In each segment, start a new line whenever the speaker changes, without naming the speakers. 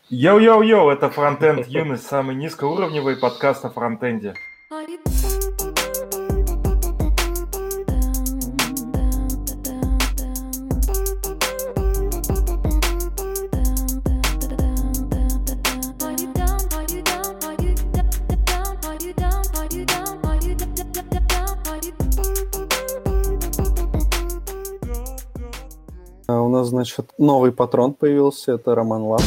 Йоу-йоу-йоу, это Фронтенд Юность, самый низкоуровневый подкаст о фронтенде.
У нас, значит, новый патрон появился, это Роман Лапка.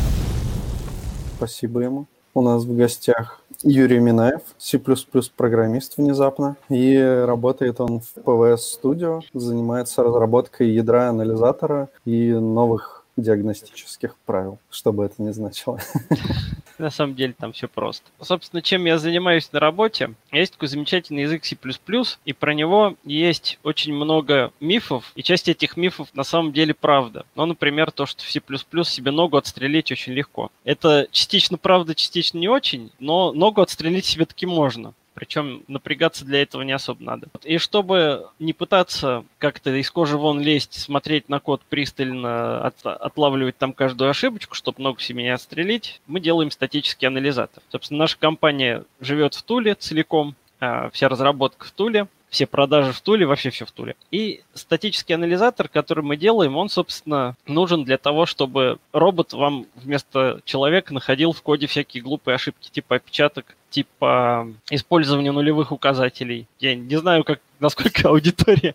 Спасибо ему. У нас в гостях Юрий Минаев, C++ программист внезапно, и работает он в PWS Studio, занимается разработкой ядра анализатора и новых диагностических правил, что бы это ни значило.
На самом деле там все просто. Собственно, чем я занимаюсь на работе, есть такой замечательный язык C++, и про него есть очень много мифов, и часть этих мифов на самом деле правда. Ну, например, то, что в C++ себе ногу отстрелить очень легко. Это частично правда, частично не очень, но ногу отстрелить себе таки можно. Причем напрягаться для этого не особо надо. И чтобы не пытаться как-то из кожи вон лезть, смотреть на код пристально, отлавливать там каждую ошибочку, чтобы ногу себе не отстрелить, мы делаем статический анализатор. Собственно, наша компания живет в Туле целиком, вся разработка в Туле, все продажи в Туле, вообще все в Туле. И статический анализатор, который мы делаем, он, собственно, нужен для того, чтобы робот вам вместо человека находил в коде всякие глупые ошибки, типа опечаток, типа использования нулевых указателей. Я не знаю, насколько аудитория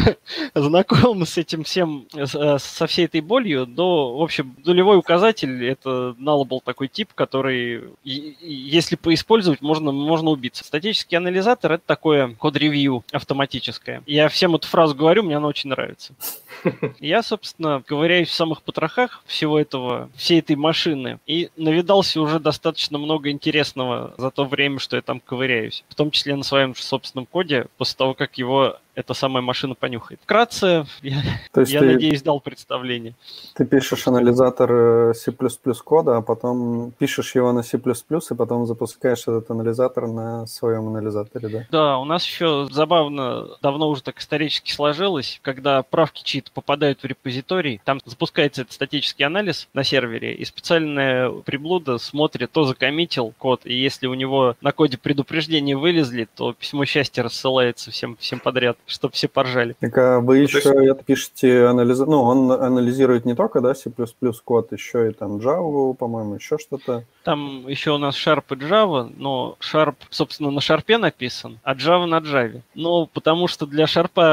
знакома с этим всем, со всей этой болью, но, в общем, нулевой указатель — это nullable такой тип, который, если поиспользовать, можно убиться. Статический анализатор — это такое код-ревью автоматическое. Я всем эту фразу говорю, мне она очень нравится. Я, собственно, ковыряюсь в самых потрохах всей этой машины, и навидался уже достаточно много интересного за то время, что я там ковыряюсь. В том числе на своем же собственном коде, после того, как его эта самая машина понюхает. Вкратце, я надеюсь, дал представление.
Ты пишешь анализатор C++ кода, а потом пишешь его на C++, и потом запускаешь этот анализатор на своем анализаторе, да?
Да, у нас еще забавно, давно уже так исторически сложилось, когда правки чьи-то попадают в репозиторий, там запускается этот статический анализ на сервере, и специальная приблуда смотрит, кто закоммитил код, и если у него на коде предупреждения вылезли, то письмо счастья рассылается всем подряд, чтобы все поржали.
Так а вы еще пишете он анализирует не только, да, C++ код, еще и там Java, по-моему, еще что-то.
Там еще у нас Sharp и Java, но Sharp, собственно, на Sharp написан, а Java на Java. Ну, потому что для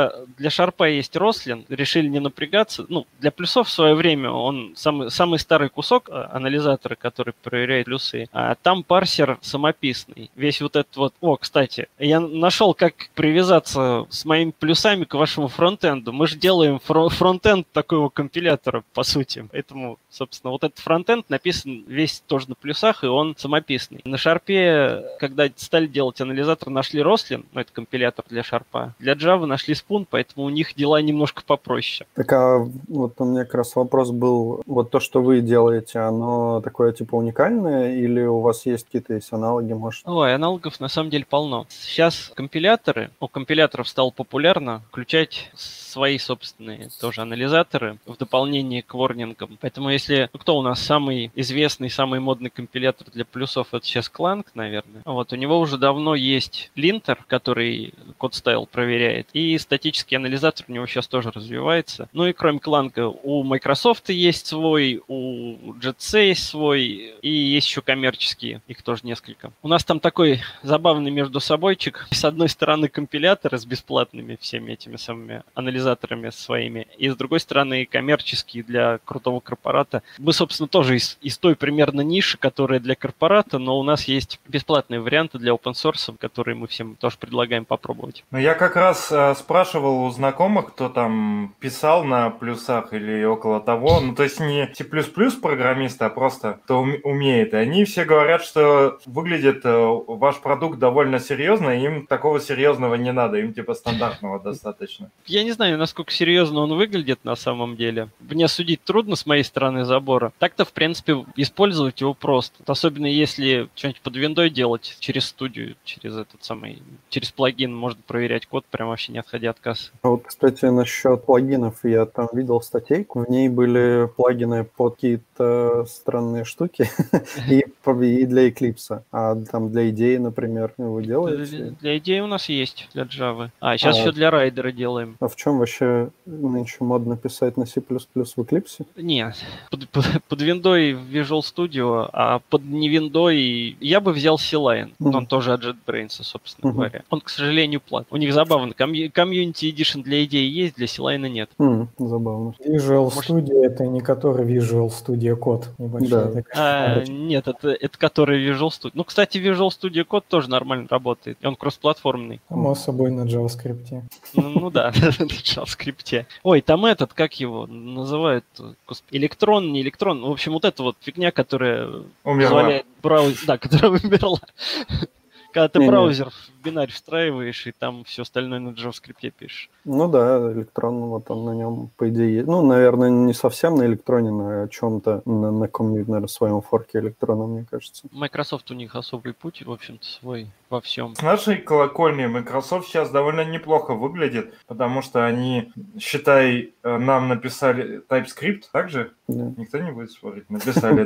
Sharp есть Roslyn, решили не напрягаться. Ну, для плюсов в свое время он самый старый кусок анализатора, который проверяет плюсы. А там парсер самописный. Весь вот этот вот... О, кстати, я нашел, как привязаться с моими плюсами к вашему фронтенду. Мы же делаем фронтенд такого компилятора, по сути. Поэтому, собственно, вот этот фронтенд написан весь тоже на плюсах, и он самописный. На Sharp, когда стали делать анализатор, нашли Roslyn, это компилятор для Sharp. Для Java нашли Spoon, поэтому у них дела немножко попроще.
Так, а вот у меня как раз вопрос был, вот то, что вы делаете, оно такое типа уникальное, или у вас есть какие-то аналоги, может?
Ой, аналогов на самом деле полно. Сейчас у компиляторов стало популярно включать свои собственные тоже анализаторы в дополнение к ворнингам. Поэтому если... кто у нас самый известный, самый модный компилятор для плюсов, это сейчас Clang, наверное. Вот, у него уже давно есть линтер, который код-стайл проверяет, и статический анализатор у него сейчас тоже развивается. Ну и кроме Clang у Microsoft есть свой, у JetC есть свой, и есть еще коммерческие, их тоже несколько. У нас там такой забавный между собойчик. С одной стороны компиляторы с бесплатными всеми этими самыми анализаторами своими, и с другой стороны коммерческие для крутого корпората. Мы, собственно, тоже из той примерно ниши, которая для корпората, но у нас есть бесплатные варианты для open source, которые мы всем тоже предлагаем попробовать.
Ну, я как раз спрашивал у знакомых, кто там писал на плюсах или около того, ну, то есть не C++ программисты, а просто кто умеет. И они все говорят, что выглядит ваш продукт довольно серьезно, и им такого серьезного не надо, им типа стандартного достаточно.
Я не знаю, знаю, насколько серьезно он выглядит на самом деле. Мне судить трудно с моей стороны забора. Так-то, в принципе, использовать его просто. Особенно если что-нибудь под виндой делать через студию, через плагин можно проверять код, прям вообще не отходя от кассы.
А вот, кстати, насчет плагинов, я там видел статейку, в ней были плагины под какие-то странные штуки и для Eclipse. А там для идеи, например, вы делаете?
Для идеи у нас есть, для Java. Сейчас еще для райдера делаем.
А в чем вообще нынче модно писать на C++ в Eclipse?
Нет, под виндой в Visual Studio, а под не виндой я бы взял C-Line. Он тоже от JetBrains, собственно говоря. Он, к сожалению, платный. У них забавно. Community Edition для идеи есть, для C-Line нет.
Забавно.
Visual Studio — это не который Visual Studio Code небольшой.
Да. Нет, это который Visual Studio. Ну, кстати, Visual Studio Code тоже нормально работает. И он кроссплатформенный.
Само собой на JavaScript.
Ну да, на JavaScript. Ой, там как его называют? Электрон, не электрон. В общем, вот эта вот фигня, которая позволяет браузер... Да, которая умерла. Когда ты браузер в бинарь встраиваешь, и там все остальное на JavaScript пишешь.
Ну да, электрон, вот он на нем, по идее, есть. Ну, наверное, не совсем на электроне, но о чем-то на каком-нибудь, наверное, своем форке электрона, мне кажется.
Microsoft у них особый путь, в общем-то, свой во всем.
С нашей колокольни Microsoft сейчас довольно неплохо выглядит, потому что они, считай, нам написали TypeScript, так же?
Да.
Никто не будет спорить, написали,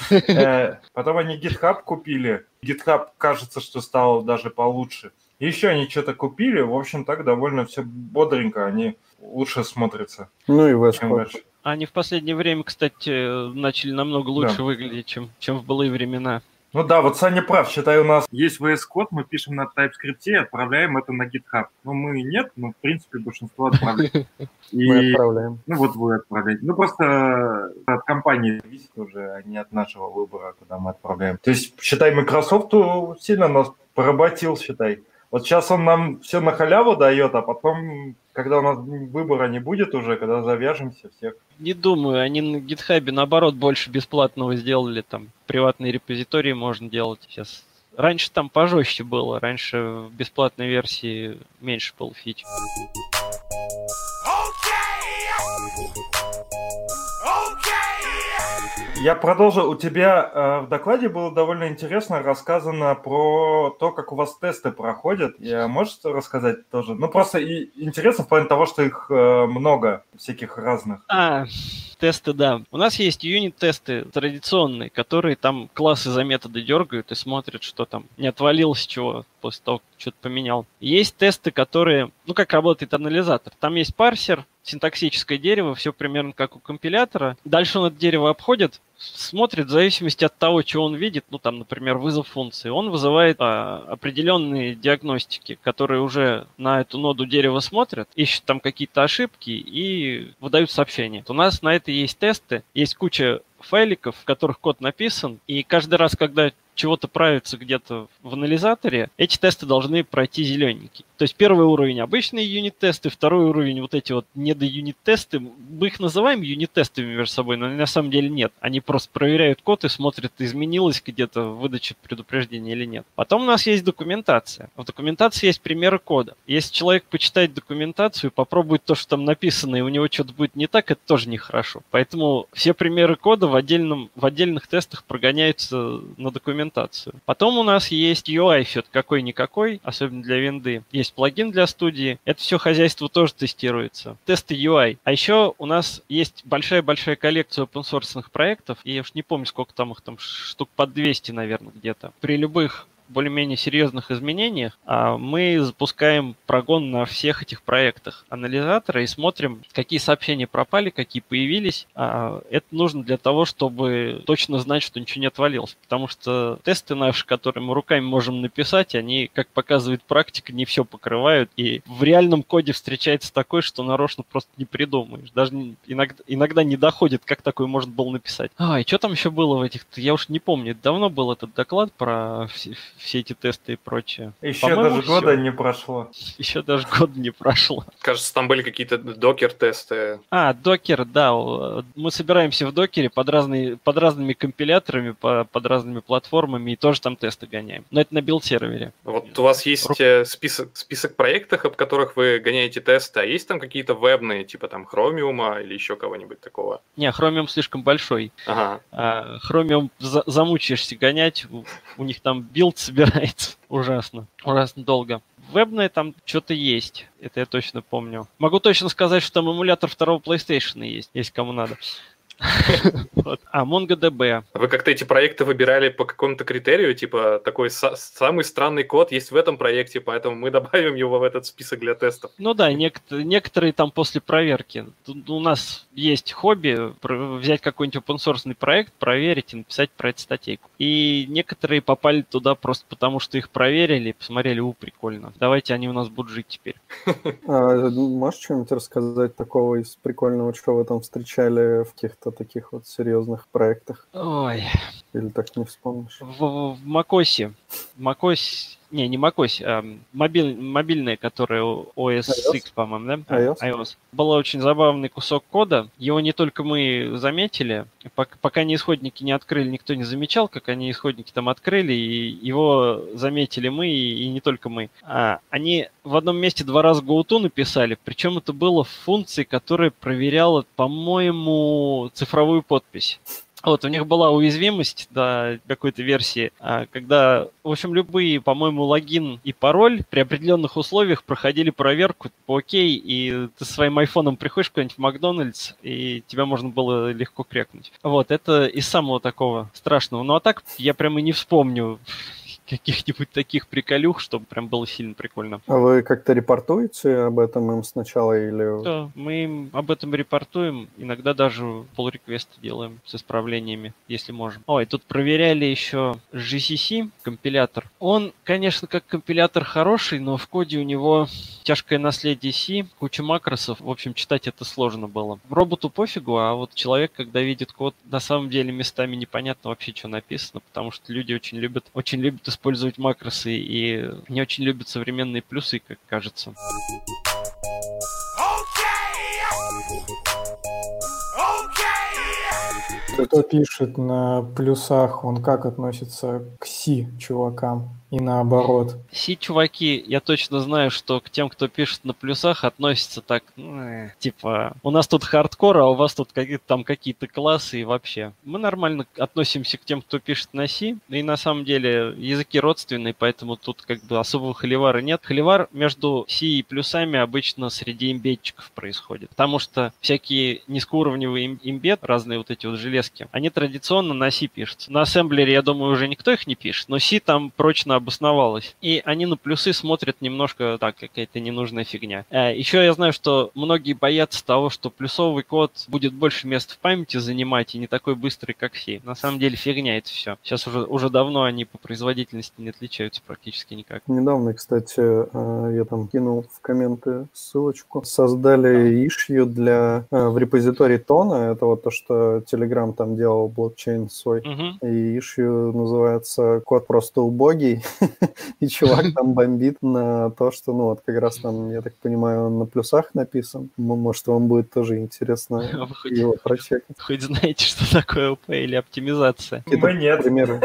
да. Потом они GitHub купили. GitHub, кажется, что стало даже получше. И еще они что-то купили. В общем, так довольно все бодренько. Они лучше смотрятся.
Ну и VS Code.
Они в последнее время, кстати, начали намного лучше выглядеть, чем в былые времена.
Ну да, вот Саня прав. Считай, у нас есть VS Code, мы пишем на TypeScript и отправляем это на GitHub. Но мы нет, но в принципе большинство отправляем.
Мы отправляем.
Ну вот вы отправляете. Ну просто от компании зависит уже, а не от нашего выбора, куда мы отправляем. То есть, считай, Microsoft сильно нас поработил, считай. Вот сейчас он нам все на халяву дает, а потом, когда у нас выбора не будет уже, когда завяжемся всех.
Не думаю, они на GitHub наоборот больше бесплатного сделали, там приватные репозитории можно делать сейчас. Раньше там пожестче было, раньше в бесплатной версии меньше было фич.
Я продолжу. У тебя в докладе было довольно интересно рассказано про то, как у вас тесты проходят. Можешь рассказать тоже? Ну, просто интересно в плане того, что их много, всяких разных.
Тесты, да. У нас есть юнит-тесты традиционные, которые там классы за методы дергают и смотрят, что там не отвалилось чего после того, как что-то поменял. Есть тесты, которые, как работает анализатор. Там есть парсер, синтаксическое дерево, все примерно как у компилятора. Дальше он это дерево обходит, смотрит в зависимости от того, что он видит, например, вызов функции. Он вызывает определенные диагностики, которые уже на эту ноду дерева смотрят, ищут там какие-то ошибки и выдают сообщения. У нас на это есть тесты, есть куча файликов, в которых код написан, и каждый раз, когда чего-то правится где-то в анализаторе, эти тесты должны пройти зелененький. То есть первый уровень обычные юнит-тесты, второй уровень вот эти вот недо-юнит-тесты. Мы их называем юнит-тестами между собой, но на самом деле нет. Они просто проверяют код и смотрят, изменилось где-то выдача предупреждения или нет. Потом у нас есть документация. В документации есть примеры кода. Если человек почитает документацию и попробует то, что там написано, и у него что-то будет не так, это тоже нехорошо. Поэтому все примеры кода в отдельных тестах прогоняются на документацию. Потом у нас есть UI-фит какой-никакой, особенно для винды. Есть плагин для студии. Это все хозяйство тоже тестируется. Тесты UI. А еще у нас есть большая-большая коллекция open-source проектов. Я уж не помню, сколько там их, штук под 200, наверное, где-то. При любых более-менее серьезных изменениях мы запускаем прогон на всех этих проектах анализатора и смотрим, какие сообщения пропали, какие появились. Это нужно для того, чтобы точно знать, что ничего не отвалилось. Потому что тесты наши, которые мы руками можем написать, они, как показывает практика, не все покрывают. И в реальном коде встречается такое, что нарочно просто не придумаешь. Даже иногда не доходит, как такое можно было написать. И что там еще было в этих... Я уж не помню. Давно был этот доклад про все эти тесты и прочее.
Еще
По-моему,
даже года
всё.
не прошло.
Еще даже года не прошло.
Кажется, там были какие-то докер-тесты.
Докер, да. Мы собираемся в докере под разными компиляторами, под разными платформами и тоже там тесты гоняем. Но это на билд-сервере.
Вот у вас есть список проектов, об которых вы гоняете тесты, а есть там какие-то вебные, типа там Chromium или еще кого-нибудь такого?
Не, Chromium слишком большой.
Ага.
Chromium замучаешься гонять, у них там билд собирается ужасно долго. Вебные там что-то есть, это я точно помню. Могу точно сказать, что там эмулятор второго PlayStation есть, если кому надо. MongoDB.
Вы как-то эти проекты выбирали по какому-то критерию, типа такой самый странный код есть в этом проекте, поэтому мы добавим его в этот список для тестов.
Ну да, некоторые там после проверки. Тут у нас есть хобби взять какой-нибудь open-source проект, проверить и написать про это статейку. И некоторые попали туда просто потому, что их проверили, посмотрели, прикольно. Давайте они у нас будут жить теперь.
Можешь что-нибудь рассказать такого из прикольного, что вы там встречали в каких-то таких вот серьезных проектах?
Ой.
Или так не вспомнишь?
В macOS. Не macOS, а мобильная, которая OS X, по-моему, да? iOS. Был очень забавный кусок кода. Его не только мы заметили, пока исходники не открыли, никто не замечал, как они исходники там открыли, и его заметили мы, и не только мы. Они в одном месте 2 раза GoTo написали, причем это было в функции, которая проверяла, по-моему, цифровую подпись. Вот, у них была уязвимость до какой-то версии, когда, в общем, любые, по-моему, логин и пароль при определенных условиях проходили проверку по окей, и ты своим айфоном приходишь куда-нибудь в Макдональдс, и тебя можно было легко крякнуть. Вот, это из самого такого страшного. Ну, а так я прямо и не вспомню каких-нибудь таких приколюх, чтобы прям было сильно прикольно.
А вы как-то репортуете об этом им сначала или...
Да, мы им об этом репортуем, иногда даже pull-реквесты делаем с исправлениями, если можем. Ой, тут проверяли еще GCC, компилятор. Он, конечно, как компилятор хороший, но в коде у него тяжкое наследие C, куча макросов, в общем, читать это сложно было. Роботу пофигу, а вот человек, когда видит код, на самом деле местами непонятно вообще, что написано, потому что люди очень любят использовать макросы и не очень любят современные плюсы, как кажется.
Кто пишет на плюсах, он как относится к C чувакам? И наоборот.
C-чуваки, я точно знаю, что к тем, кто пишет на плюсах, относятся так, типа, у нас тут хардкор, а у вас тут какие-то классы и вообще. Мы нормально относимся к тем, кто пишет на C, и на самом деле языки родственные, поэтому тут как бы особого холивара нет. Холивар между C и плюсами обычно среди имбедчиков происходит, потому что всякие низкоуровневые имбед, разные вот эти вот железки, они традиционно на C пишутся. На ассемблере, я думаю, уже никто их не пишет, но C там прочно обосновалась. И они на плюсы смотрят немножко так, какая-то ненужная фигня. Еще я знаю, что многие боятся того, что плюсовый код будет больше места в памяти занимать и не такой быстрый, как C. На самом деле фигня это все. Сейчас уже давно они по производительности не отличаются практически никак.
Недавно, кстати, я там кинул в комменты ссылочку. Создали issue в репозитории Тона. Это вот то, что Telegram там делал, блокчейн свой. И issue называется «Код просто убогий». И чувак там бомбит на то, что, ну, вот как раз там, я так понимаю, он на плюсах написан. Может, вам будет тоже интересно его прочекать.
Хоть знаете, что такое ОП или оптимизация?
Мы нет.
Примеры.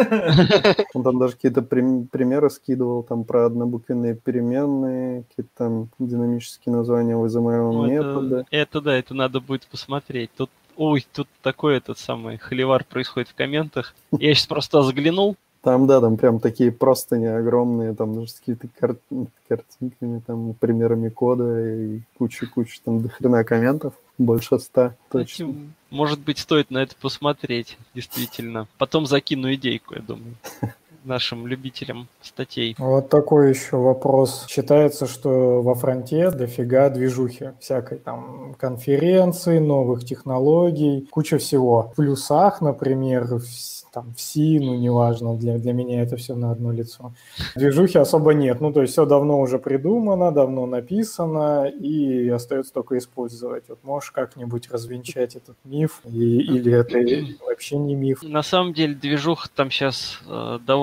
Он там даже какие-то примеры скидывал там про однобуквенные переменные, какие-то там динамические названия вызываемого метода.
Это надо будет посмотреть. Тут такой этот самый холивар происходит в комментах. Я сейчас просто заглянул.
Там прям такие простыни огромные, там даже с какими-то картинками, там, примерами кода и куча там до хрена комментов, больше 100 точно.
Может быть, стоит на это посмотреть, действительно. Потом закину идейку, я думаю, нашим любителям статей.
Вот такой еще вопрос. Считается, что во фронте дофига движухи, всякой там конференции, новых технологий, куча всего. В плюсах, например, там в C, неважно, для меня это все на одно лицо. Движухи особо нет, то есть все давно уже придумано, давно написано, и остается только использовать. Вот можешь как-нибудь развенчать этот миф, или это вообще не миф?
На самом деле движуха там сейчас довольно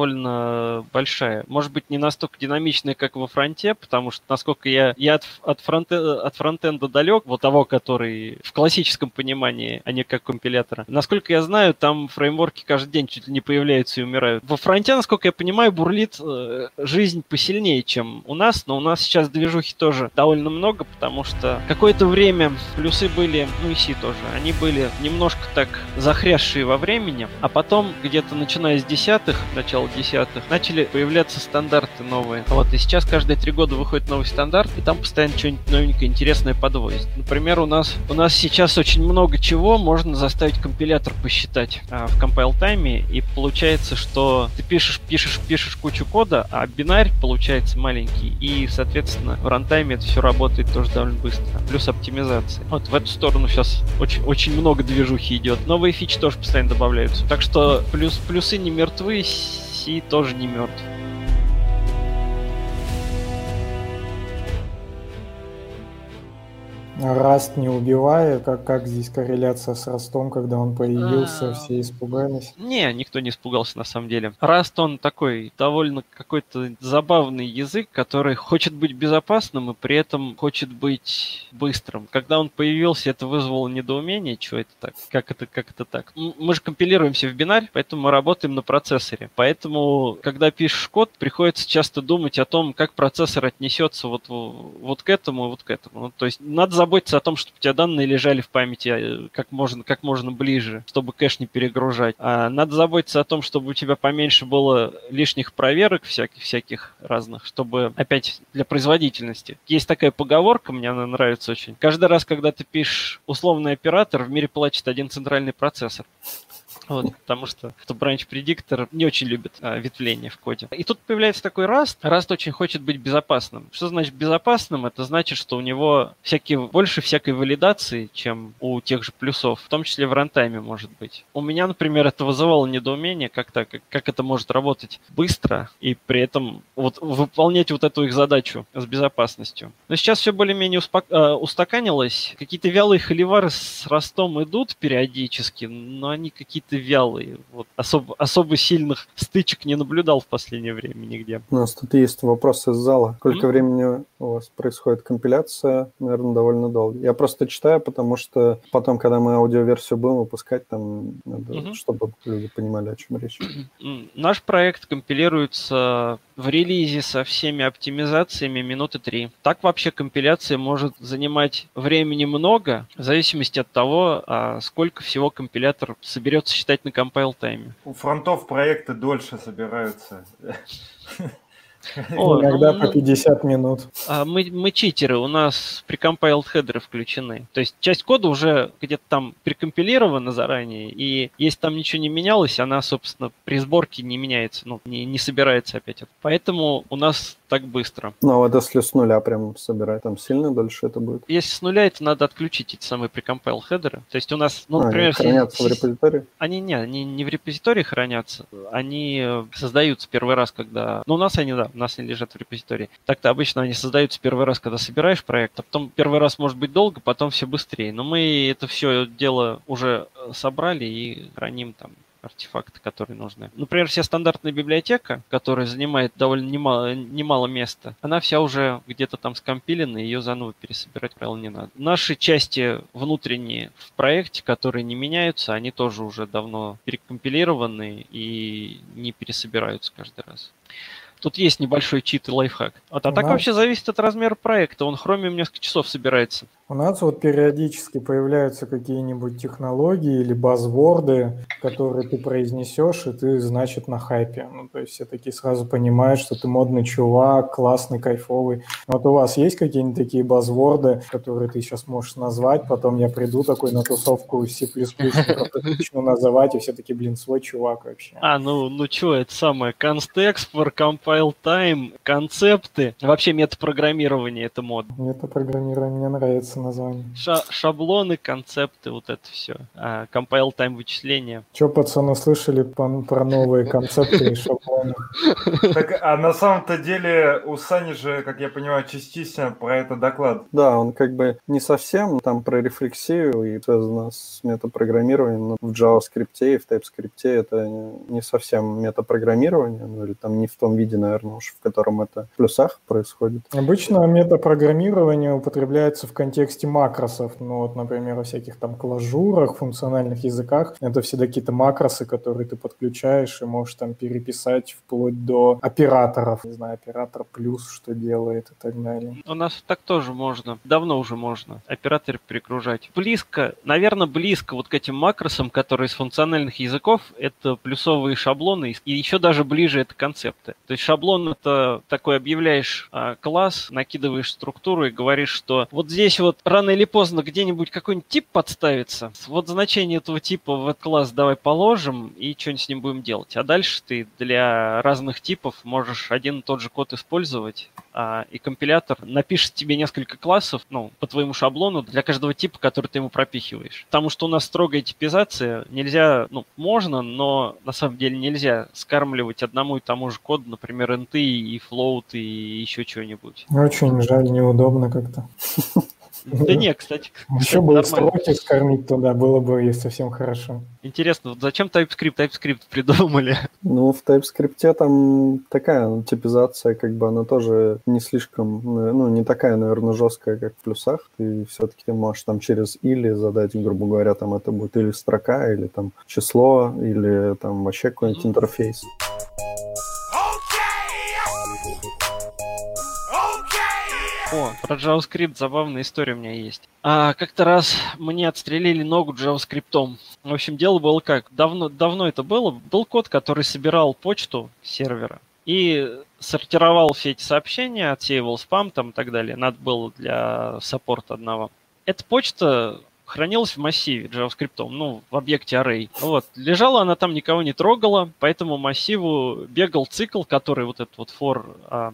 довольно большая. Может быть, не настолько динамичная, как во фронте, потому что, насколько я от фронтенда далек, вот того, который в классическом понимании, а не как компилятора. Насколько я знаю, там фреймворки каждый день чуть ли не появляются и умирают. Во фронте, насколько я понимаю, бурлит жизнь посильнее, чем у нас, но у нас сейчас движухи тоже довольно много, потому что какое-то время плюсы были, ну и C тоже, они были немножко так захрясшие во времени, а потом где-то начиная с десятых, начала десятых, начали появляться стандарты новые. Вот, и сейчас каждые 3 года выходит новый стандарт, и там постоянно что-нибудь новенькое, интересное подвозит. Например, у нас сейчас очень много чего можно заставить компилятор посчитать в compile time, и получается, что ты пишешь кучу кода, а бинарь получается маленький, и, соответственно, в рантайме это все работает тоже довольно быстро. Плюс оптимизация. Вот в эту сторону сейчас очень много движухи идет. Новые фичи тоже постоянно добавляются. Так что плюсы не мертвы, C тоже не мертв.
Раст не убивая, как здесь корреляция с Растом, когда он появился, все испугались?
Не, никто не испугался на самом деле. Раст, он такой довольно какой-то забавный язык, который хочет быть безопасным и при этом хочет быть быстрым. Когда он появился, это вызвало недоумение, что это так, как это так. Мы же компилируемся в бинарь, поэтому мы работаем на процессоре. Поэтому, когда пишешь код, приходится часто думать о том, как процессор отнесется вот к этому и вот к этому. Ну, то есть надо заботиться о том, чтобы у тебя данные лежали в памяти как можно ближе, чтобы кэш не перегружать. А надо заботиться о том, чтобы у тебя поменьше было лишних проверок всяких разных, чтобы, опять, для производительности. Есть такая поговорка, мне она нравится очень. Каждый раз, когда ты пишешь условный оператор, в мире плачет один центральный процессор. Вот, потому что branch predictor не очень любит ветвление в коде. И тут появляется такой Rust. Rust очень хочет быть безопасным. Что значит безопасным? Это значит, что у него больше всякой валидации, чем у тех же плюсов, в том числе в рантайме, может быть. У меня, например, это вызывало недоумение, как это может работать быстро и при этом вот выполнять вот эту их задачу с безопасностью. Но сейчас все более-менее устаканилось. Какие-то вялые холивары с Растом идут периодически, но они какие-то вялые. Вот. Особо сильных стычек не наблюдал в последнее время нигде.
У нас тут есть вопрос из зала. Сколько времени у вас происходит компиляция? Наверное, довольно долго. Я просто читаю, потому что потом, когда мы аудиоверсию будем выпускать, там надо, чтобы люди понимали, о чем речь.
Наш проект компилируется в релизе со всеми оптимизациями минуты 3. Так вообще компиляция может занимать времени много, в зависимости от того, сколько всего компилятор соберется считать на compile тайме.
У фронтов проекты дольше собираются.
Иногда по 50 минут.
Мы читеры, у нас precompiled хедеры включены. То есть часть кода уже где-то там прикомпилирована заранее, и если там ничего не менялось, она, собственно, при сборке не меняется, не собирается опять. Поэтому у нас так быстро.
Ну, а вот если с нуля прям собирать, там сильно дольше это будет?
Если с нуля, это надо отключить эти самые precompiled хедеры. То есть у нас, например...
Они хранятся в репозитории?
Они не в репозитории хранятся, они создаются первый раз, когда... у нас они лежат в репозитории. Так-то обычно они создаются первый раз, когда собираешь проект, а потом первый раз может быть долго, потом все быстрее. Но мы это все дело уже собрали и храним там артефакты, которые нужны. Например, вся стандартная библиотека, которая занимает довольно немало места, она вся уже где-то там скомпилена, ее заново пересобирать, правило, не надо. Наши части внутренние в проекте, которые не меняются, они тоже уже давно перекомпилированы и не пересобираются каждый раз. Тут есть небольшой чит и лайфхак. А так вообще зависит от размера проекта. Он Chromium несколько часов собирается.
У нас вот периодически появляются какие-нибудь технологии или базворды, которые ты произнесешь, и ты, значит, на хайпе. То есть все такие сразу понимают, что ты модный чувак, классный, кайфовый. Вот у вас есть какие-нибудь такие базворды, которые ты сейчас можешь назвать, потом я приду такой на тусовку C++, начну называть, и все такие, блин, свой чувак вообще.
Что, это самое, const-export, compile time, концепты, вообще метапрограммирование, это мод.
Метапрограммирование мне нравится. нравится название.
Шаблоны, концепты, вот это все. Compile time вычисления.
Че, пацаны, слышали про новые концепты и шаблоны?
Так, а на самом-то деле у Сани же, как я понимаю, частично про это доклад.
Да, он как бы не совсем там про рефлексию и связано с метапрограммированием, но в JavaScript и в TypeScript это не совсем метапрограммирование, ну или там не в том виде, наверное, уж в котором это в плюсах происходит.
Обычно метапрограммирование употребляется в контексте макросов. Ну вот, например, во всяких там клажурах, функциональных языках. Это всегда какие-то макросы, которые ты подключаешь и можешь там переписать вплоть до операторов. Не знаю, оператор плюс что делает и так далее.
У нас так тоже можно. Давно уже можно. Оператор перегружать. Наверное, близко вот к этим макросам, которые из функциональных языков, это плюсовые шаблоны, и еще даже ближе это концепты. То есть шаблон — это такой объявляешь класс, накидываешь структуру и говоришь, что вот здесь вот рано или поздно где-нибудь какой-нибудь тип подставится. Вот значение этого типа в этот класс давай положим и что-нибудь с ним будем делать. А дальше ты для разных типов можешь один и тот же код использовать, и компилятор напишет тебе несколько классов, по твоему шаблону для каждого типа, который ты ему пропихиваешь. Потому что у нас строгая типизация, нельзя, можно, но на самом деле нельзя скармливать одному и тому же коду, например, инты и float и еще что-нибудь.
Очень жаль, неудобно как-то.
Да нет, кстати.
Еще бы строки скормить туда, было бы совсем хорошо.
Интересно, вот зачем TypeScript придумали?
Ну, в TypeScript там такая типизация, как бы она тоже не слишком, не такая, наверное, жесткая, как в плюсах. Ты все-таки ты можешь там через или задать, грубо говоря, там это будет или строка, или там число, или там вообще какой-нибудь интерфейс.
О, про JavaScript забавная история у меня есть. Как-то раз мне отстрелили ногу JavaScript'ом. В общем, дело было как? Давно это было. Был код, который собирал почту сервера и сортировал все эти сообщения, отсеивал спам там и так далее. Надо было для саппорта одного. Эта почта хранилась в массиве JavaScript, в объекте array. Вот. Лежала она там, никого не трогала, по этому массиву бегал цикл, который вот этот вот for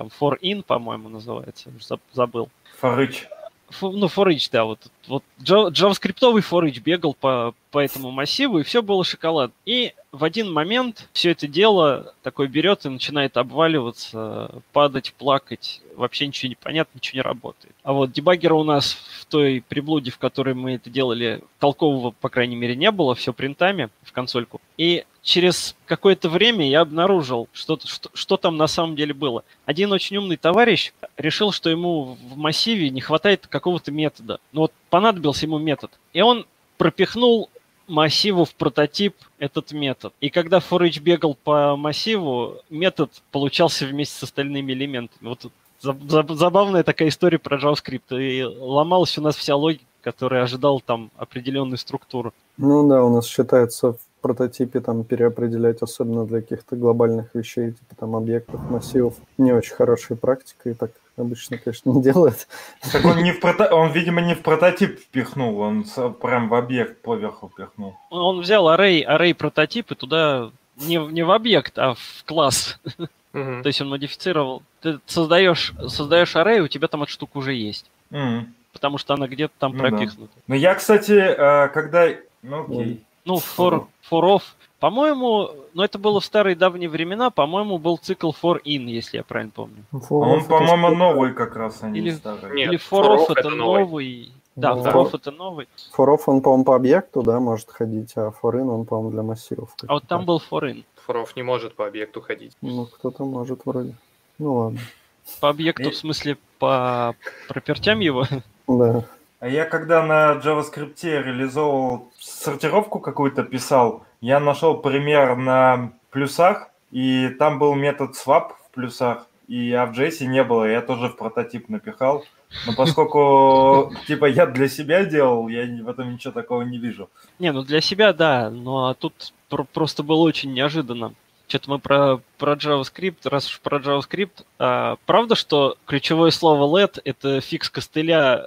in, по-моему, называется, забыл.
For each.
For each, да, вот JavaScript-овый for each бегал по этому массиву, и все было шоколад. И в один момент все это дело такое берет и начинает обваливаться, падать, плакать. Вообще ничего не понятно, ничего не работает. А вот дебаггера у нас в той приблуде, в которой мы это делали, толкового, по крайней мере, не было, все принтами в консольку. И через какое-то время я обнаружил, что там на самом деле было. Один очень умный товарищ решил, что ему в массиве не хватает какого-то метода. Понадобился ему метод. И он пропихнул массиву в прототип этот метод. И когда for each бегал по массиву, метод получался вместе с остальными элементами. Вот забавная такая история про JavaScript. И ломалась у нас вся логика, которая ожидала там определенную структуру.
Ну да, у нас считается в прототипе там переопределять, особенно для каких-то глобальных вещей, типа там объектов, массивов. Не очень хорошая практика, и так обычно, конечно, не делает.
Так он, видимо, не в прототип впихнул, он прям в объект поверху впихнул.
Он взял array прототип и туда не в объект, а в класс. То есть он модифицировал. Ты создаешь array, у тебя там эта штука уже есть. Потому что она где-то там пропихнута.
Ну я, кстати, когда... окей.
For off. По-моему, это было в старые давние времена, по-моему, был цикл for in, если я правильно помню.
Он, по-моему, новый как раз, а не старый.
Или for off это новый. Да, for off это новый.
For off он, по-моему, по объекту, да, может ходить, а for in он, по-моему, для массивов.
А вот там был for in.
For off не может по объекту ходить.
Кто-то может вроде. Ну ладно.
По объекту, в смысле, по пропертям его?
Да.
А я когда на JavaScript реализовывал сортировку какую-то, писал, я нашел пример на плюсах, и там был метод swap в плюсах, а в JS не было, я тоже в прототип напихал. Но поскольку, я для себя делал, я в этом ничего такого не вижу.
Для себя, да, но тут просто было очень неожиданно. Что-то мы про JavaScript, раз уж про JavaScript, правда, что ключевое слово let — это фикс костыля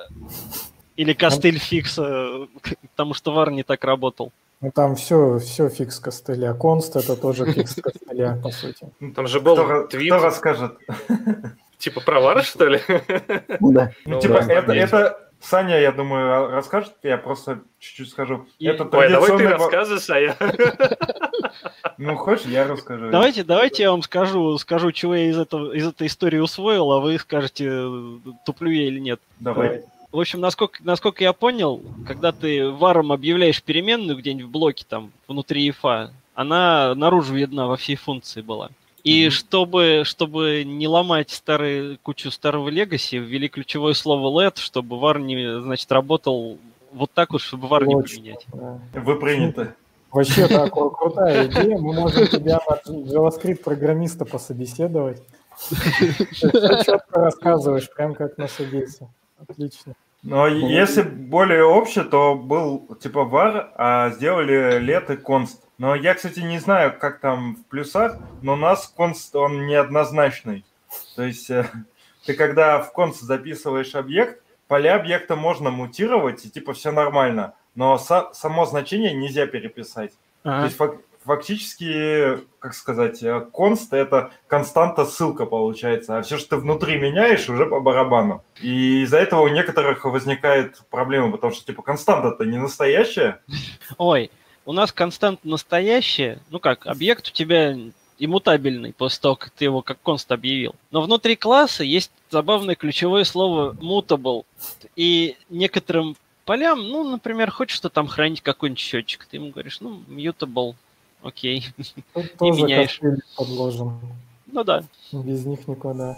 или костыль фикса, потому что var не так работал?
Там все фикс костыля. Const — это тоже фикс костыля, по сути.
Там же был твит.
Кто расскажет?
Типа про var, что ли?
Да.
Это Саня, я думаю, расскажет, я просто чуть-чуть скажу. Это
Ой, давай ты
традиционный
расскажешь, а я...
Ну, хочешь, я расскажу.
Давайте я вам скажу, чего я из этой истории усвоил, а вы скажете, туплю я или нет.
Давай.
В общем, насколько я понял, когда ты варом объявляешь переменную где-нибудь в блоке там внутри ифа, она наружу видна во всей функции была. И чтобы не ломать кучу старого легаси, ввели ключевое слово let, чтобы var не, значит, работал вот так вот, чтобы var не поменять.
Да.
Вы приняты.
Вообще, да, крутая идея. Мы можем тебя на JavaScript-программиста пособеседовать. Ты четко рассказываешь, прям как на собесе. Отлично.
Но если более общее, то был типа var, а сделали let и const. Но я, кстати, не знаю, как там в плюсах, но у нас const, он неоднозначный. То есть ты когда в const записываешь объект, поля объекта можно мутировать, и типа все нормально. Но само значение нельзя переписать. То есть фактически, как сказать, const это константа ссылка получается, а все, что ты внутри меняешь, уже по барабану. И из-за этого у некоторых возникает проблема, потому что типа константа-то не настоящая.
Ой, у нас константа настоящая, ну как, объект у тебя иммутабельный после того, как ты его как const объявил. Но внутри класса есть забавное ключевое слово mutable. И некоторым полям, ну, например, хочешь что там хранить какой-нибудь счетчик, ты ему говоришь, ну, mutable, окей,
Тут
и
тоже
меняешь.
костыль подложен.
Ну да.
Без них никуда.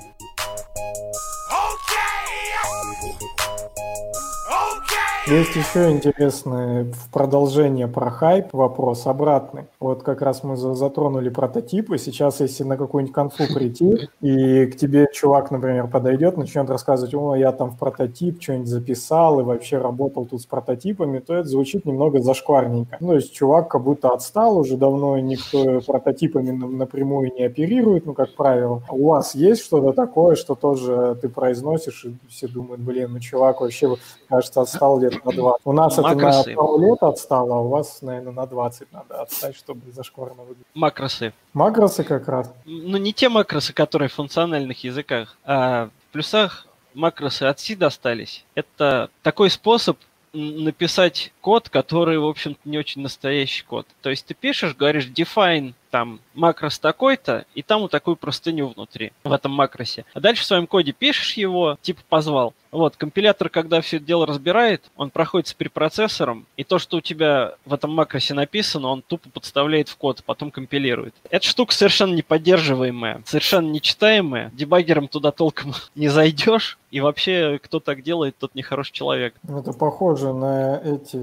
Есть еще интересный в продолжение про хайп вопрос обратный. Вот как раз мы затронули прототипы. Сейчас, если на какую-нибудь конфу прийти, и к тебе чувак, например, подойдет, начнет рассказывать, о, я там в прототип что-нибудь записал и вообще работал тут с прототипами, то это звучит немного зашкварненько. Ну, то есть чувак как будто отстал, уже давно никто прототипами напрямую не оперирует, ну, как правило. У вас есть что-то такое, что тоже ты произносишь, и все думают, блин, ну, чувак вообще, кажется, отстал лет на 20. У нас
Макросы.
это на пару лет отстало, а у вас, наверное, на 20 надо отстать, чтобы зашкварно выглядеть.
Макросы.
Макросы как раз.
Ну, не те макросы, которые в функциональных языках, а в плюсах макросы от C достались. Это такой способ написать код, который, в общем-то, не очень настоящий код. То есть ты пишешь, говоришь define там макрос такой-то, и там вот такую простыню внутри, в этом макросе. А дальше в своем коде пишешь его, типа позвал. Вот, компилятор, когда все это дело разбирает, он проходит с препроцессором, и то, что у тебя в этом макросе написано, он тупо подставляет в код, потом компилирует. Эта штука совершенно неподдерживаемая, совершенно нечитаемая. Дебаггером туда толком не зайдешь, и вообще, кто так делает, тот нехороший человек.
Это похоже на эти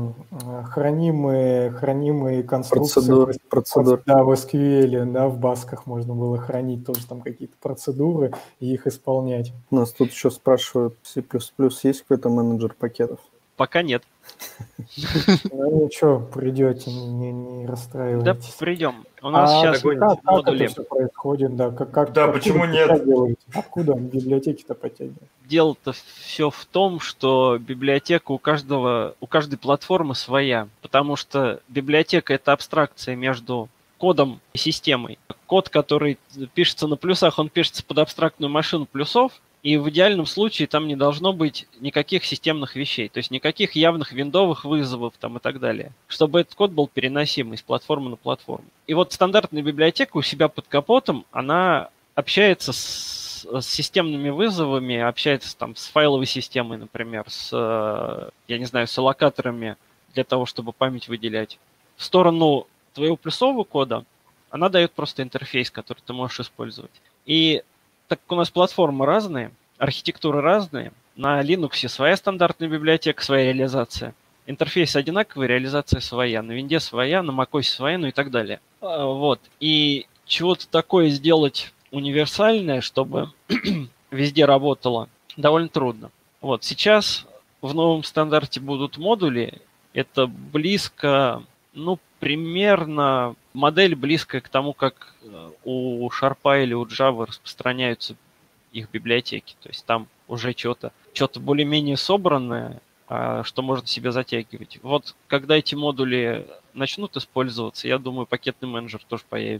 хранимые конструкции.
Процедур.
Да, в SQL, да, в басках можно было хранить тоже там какие-то процедуры и их исполнять.
Нас тут еще спрашивают, C++ есть какой-то менеджер пакетов?
Пока нет.
Ну ничего, придете, не расстраивайтесь.
Да, придем. У нас сейчас
как
модули.
это все происходит, да?
Да, почему нет?
Откуда библиотеки-то подтягиваете?
Дело-то все в том, что библиотека у каждой платформы своя, потому что библиотека — это абстракция между кодом и системой. Код, который пишется на плюсах, он пишется под абстрактную машину плюсов, и в идеальном случае там не должно быть никаких системных вещей, то есть никаких явных виндовых вызовов там и так далее, чтобы этот код был переносимый с платформы на платформу. И вот стандартная библиотека у себя под капотом, она общается с системными вызовами, общается там с файловой системой, например, с аллокаторами для того, чтобы память выделять. В сторону твоего плюсового кода она дает просто интерфейс, который ты можешь использовать. И так как у нас платформы разные, архитектуры разные, на Linux своя стандартная библиотека, своя реализация. Интерфейс одинаковый, реализация своя, на Винде своя, на macOS своя, ну и так далее. Вот. И чего-то такое сделать универсальное, чтобы везде работало, довольно трудно. Вот. Сейчас в новом стандарте будут модули. Это близко, примерно модель близкая к тому, как у Sharp или у Java распространяются их библиотеки. То есть там уже что-то более-менее собранное, что можно себе затягивать. Вот когда эти модули начнут использоваться, я думаю, пакетный менеджер тоже появится.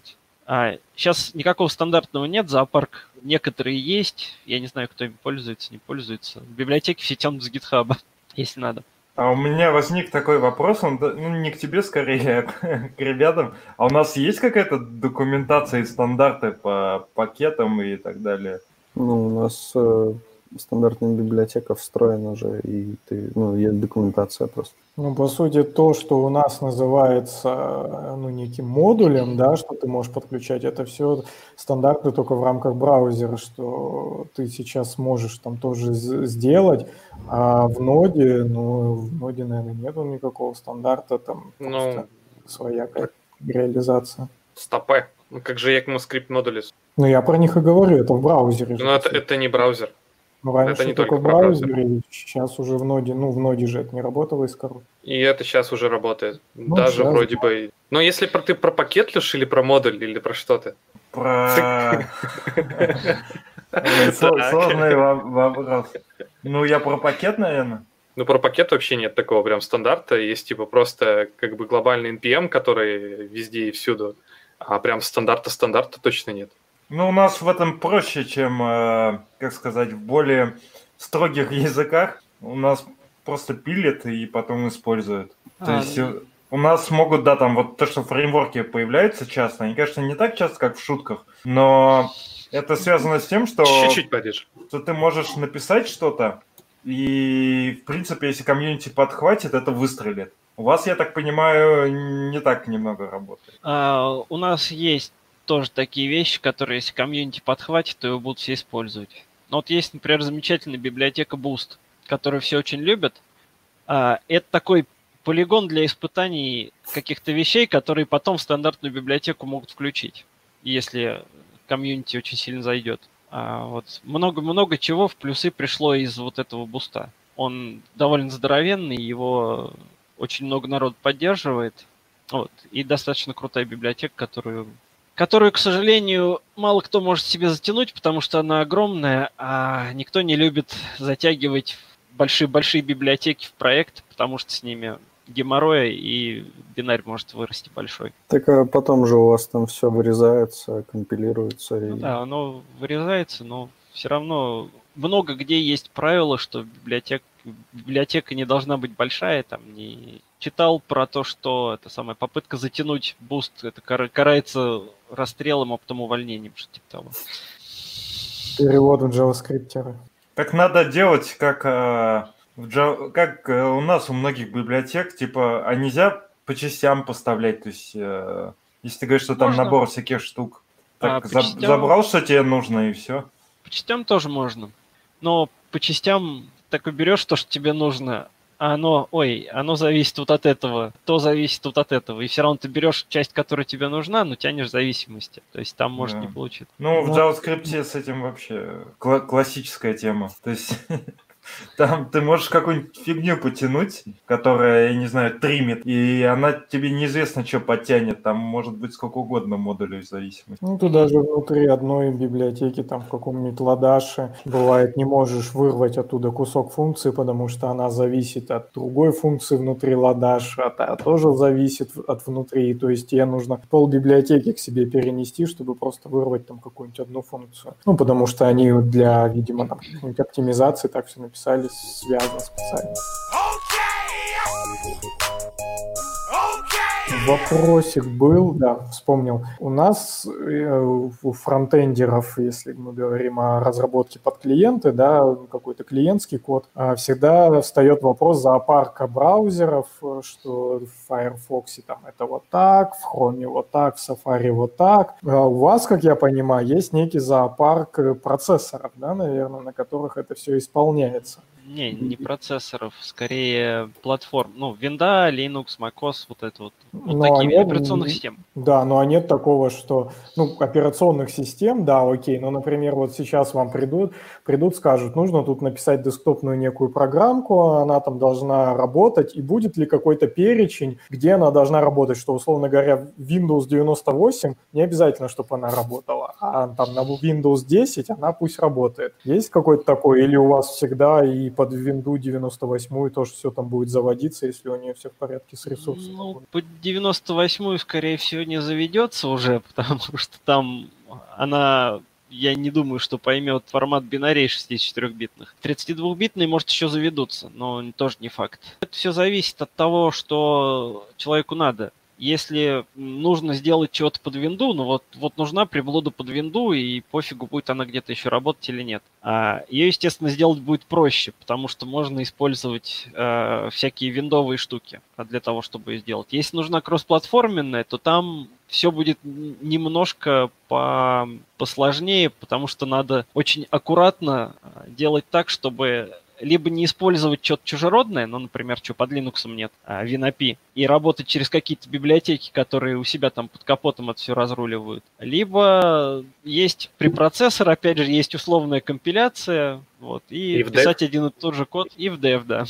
Сейчас никакого стандартного нет, зоопарк некоторые есть, я не знаю, кто им пользуется, не пользуется. Библиотеки все тянут с GitHub, если надо.
А у меня возник такой вопрос, он не к тебе скорее, а к ребятам. А у нас есть какая-то документация и стандарты по пакетам и так далее?
Ну, у нас стандартная библиотека встроена уже, и есть документация просто.
Ну, по сути, то, что у нас называется неким модулем, да, что ты можешь подключать, это все стандарты только в рамках браузера, что ты сейчас можешь там тоже сделать, а в ноде, наверное, нету никакого стандарта, там просто своя реализация.
Стопе. Ну, как же ECMAScript модулис.
Ну, я про них и говорю, это в браузере.
Ну, это не браузер.
Раньше
это не
только
только
в браузере, сейчас уже в ноде, в ноде же это не работало из коробки.
И это сейчас уже работает.
Ну,
даже
сейчас,
вроде бы. Но если ты про пакетлишь или про модуль, или про что ты?
Сложный вопрос. Ну, я про пакет, наверное.
Ну, про пакет вообще нет такого прям стандарта. Есть типа просто как бы глобальный NPM, который везде и всюду. А прям стандарта точно нет.
Ну, у нас в этом проще, чем, как сказать, в более строгих языках. У нас просто пилят и потом используют. То есть у нас могут, да, там вот то, что фреймворки появляются часто, они, конечно, не так часто, как в шутках, но это связано с тем, что,
чуть-чуть подержи.
Что ты можешь написать что-то, и, в принципе, если комьюнити подхватит, это выстрелит. У вас, я так понимаю, не так немного работает.
У нас есть тоже такие вещи, которые, если комьюнити подхватит, то его будут все использовать. Но вот есть, например, замечательная библиотека Boost, которую все очень любят. Это такой полигон для испытаний каких-то вещей, которые потом в стандартную библиотеку могут включить, если комьюнити очень сильно зайдет. Вот много-много чего в плюсы пришло из вот этого буста. Он довольно здоровенный, его очень много народ поддерживает. Вот, и достаточно крутая библиотека, которую, к сожалению, мало кто может себе затянуть, потому что она огромная, а никто не любит затягивать большие библиотеки в проект, потому что с ними геморроя и бинарь может вырасти большой.
Так а потом же у вас там все вырезается, компилируется.
Ну, да, оно вырезается, но все равно много где есть правило, что библиотека не должна быть большая. Там не читал про то, что это самая попытка затянуть буст, это карается расстрелом, а потом увольнением, что типа того.
Перевод в JavaScript.
Так надо делать, как у нас у многих библиотек, типа, нельзя по частям поставлять, то есть, если ты говоришь, что там набор всяких штук, так забрал, что тебе нужно, и все.
По частям тоже можно, но по частям так берешь то, что тебе нужно, а оно зависит вот от этого, то зависит вот от этого, и все равно ты берешь часть, которая тебе нужна, но тянешь зависимости, то есть там может не получиться.
Ну, в JavaScript с этим вообще классическая тема, то есть... Там ты можешь какую-нибудь фигню потянуть, которая, я не знаю, тримит, и она тебе неизвестно, что подтянет. Там может быть сколько угодно модулей в зависимости.
Ну, ты даже внутри одной библиотеки, там в каком-нибудь ладаше, бывает, не можешь вырвать оттуда кусок функции, потому что она зависит от другой функции внутри ладаша, а та тоже зависит от внутри. То есть тебе нужно полбиблиотеки к себе перенести, чтобы просто вырвать там какую-нибудь одну функцию. Ну, потому что они для, видимо, там, какой-нибудь оптимизации так все написали, связано специально. Вопросик был, да, вспомнил. У нас у фронтендеров, если мы говорим о разработке под клиенты, да, какой-то клиентский код, всегда встает вопрос зоопарка браузеров, что в Firefox там это вот так, в Chrome вот так, в Safari вот так. А у вас, как я понимаю, есть некий зоопарк процессоров, да, наверное, на которых это все исполняется.
Не процессоров, скорее платформ. Ну, Windows, Linux, macOS, вот это вот. Вот такие виды операционных систем.
Да, но нет такого, что... Ну, операционных систем, да, окей. Но, например, вот сейчас вам придут, скажут, нужно тут написать десктопную некую программку, она там должна работать, и будет ли какой-то перечень, где она должна работать, что, условно говоря, Windows 98 не обязательно, чтобы она работала, а там на Windows 10 она пусть работает. Есть какой-то такой, или у вас всегда и под Windows 98 тоже все там будет заводиться, если у нее все в порядке с ресурсами.
Ну, под 98-ю, скорее всего, не заведется уже, потому что там она, я не думаю, что поймет формат бинарей 64-битных. 32-битные, может, еще заведутся, но тоже не факт. Это все зависит от того, что человеку надо. Если нужно сделать чего-то под винду, ну вот нужна приблуда под винду, и пофигу, будет она где-то еще работать или нет. Ее, естественно, сделать будет проще, потому что можно использовать всякие виндовые штуки для того, чтобы ее сделать. Если нужна кроссплатформенная, то там все будет немножко посложнее, потому что надо очень аккуратно делать так, чтобы либо не использовать что-то чужеродное, ну, например, что под Linux нет, WinAPI, и работать через какие-то библиотеки, которые у себя там под капотом это все разруливают. Либо есть препроцессор, опять же, есть условная компиляция, вот, и писать один и тот же код, и в dev, да.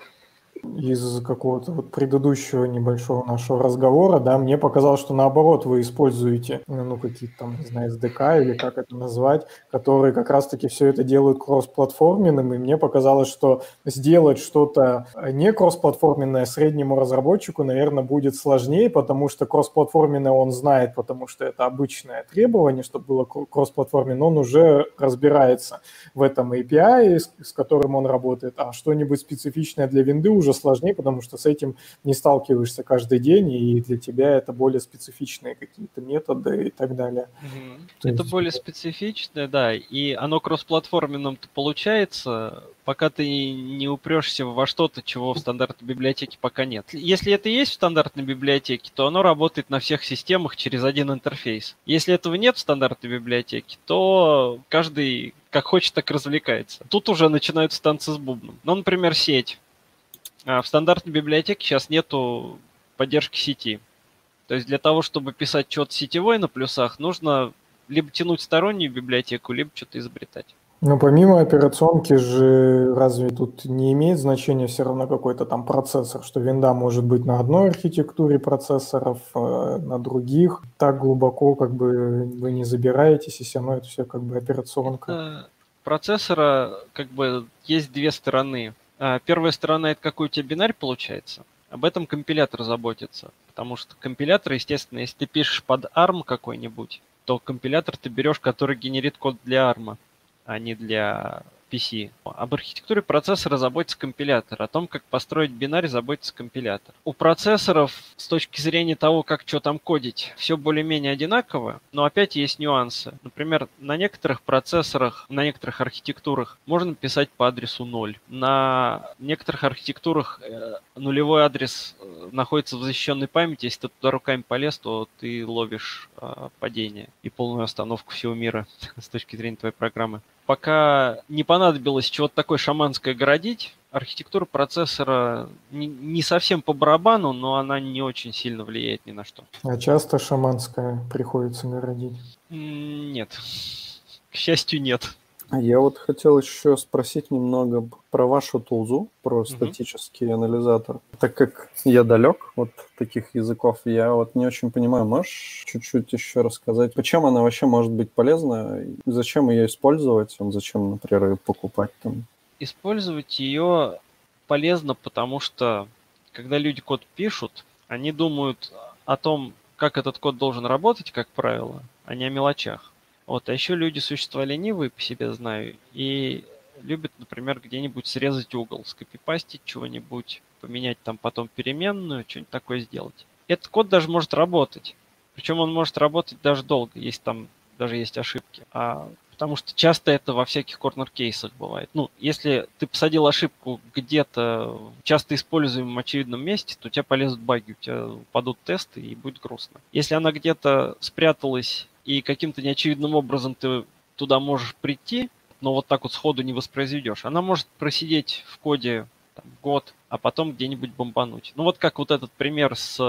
Из какого-то вот предыдущего небольшого нашего разговора, да, мне показалось, что наоборот вы используете, ну, какие-то там, не знаю, SDK или как это назвать, которые как раз-таки все это делают кроссплатформенным, и мне показалось, что сделать что-то не кроссплатформенное среднему разработчику, наверное, будет сложнее, потому что кроссплатформенное он знает, потому что это обычное требование, чтобы было кроссплатформенно, он уже разбирается в этом API, с которым он работает, а что-нибудь специфичное для винды уже сложнее, потому что с этим не сталкиваешься каждый день, и для тебя это более специфичные какие-то методы и так далее.
Это более специфичное, да, и оно кроссплатформенным-то получается, пока ты не упрешься во что-то, чего в стандартной библиотеке пока нет. Если это есть в стандартной библиотеке, то оно работает на всех системах через один интерфейс. Если этого нет в стандартной библиотеке, то каждый как хочет, так развлекается. Тут уже начинаются танцы с бубном. Ну, например, сеть. В стандартной библиотеке сейчас нету поддержки сети. То есть для того, чтобы писать что-то сетевое на плюсах, нужно либо тянуть стороннюю библиотеку, либо что-то изобретать.
Но помимо операционки же разве тут не имеет значения все равно какой-то там процессор, что винда может быть на одной архитектуре процессоров, на других. Так глубоко как бы вы не забираетесь, и все равно это все как бы операционка.
Процессора как бы есть две стороны. Первая сторона – это какой у тебя бинарь получается. Об этом компилятор заботится. Потому что компилятор, естественно, если ты пишешь под ARM какой-нибудь, то компилятор ты берешь, который генерит код для ARM, а не для PC. Об архитектуре процессора заботится компилятор. О том, как построить бинарь, заботится компилятор. У процессоров, с точки зрения того, как что там кодить, все более-менее одинаково, но опять есть нюансы. Например, на некоторых процессорах, на некоторых архитектурах можно писать по адресу 0. На некоторых архитектурах нулевой адрес находится в защищенной памяти. Если ты туда руками полез, то ты ловишь падение и полную остановку всего мира с точки зрения твоей программы. Пока не понадобилось чего-то такое шаманское городить, архитектура процессора не совсем по барабану, но она не очень сильно влияет ни на что.
А часто шаманское приходится городить?
Нет. К счастью, нет.
Я вот хотел еще спросить немного про вашу тулзу, про статический анализатор. Так как я далек от таких языков, я вот не очень понимаю, можешь чуть-чуть еще рассказать, почему она вообще может быть полезна, зачем ее использовать, зачем, например, ее покупать там?
Использовать ее полезно, потому что, когда люди код пишут, они думают о том, как этот код должен работать, как правило, а не о мелочах. Вот, а еще люди существа ленивые, по себе знаю, и любят, например, где-нибудь срезать угол, скопипастить чего-нибудь, поменять там потом переменную, что-нибудь такое сделать. Этот код даже может работать. Причем он может работать даже долго, если там даже есть ошибки. Потому что часто это во всяких корнер-кейсах бывает. Ну, если ты посадил ошибку где-то в часто используемом очевидном месте, то у тебя полезут баги, у тебя упадут тесты и будет грустно. Если она где-то спряталась и каким-то неочевидным образом ты туда можешь прийти, но вот так вот сходу не воспроизведешь, она может просидеть в коде там, год, а потом где-нибудь бомбануть. Ну вот как вот этот пример с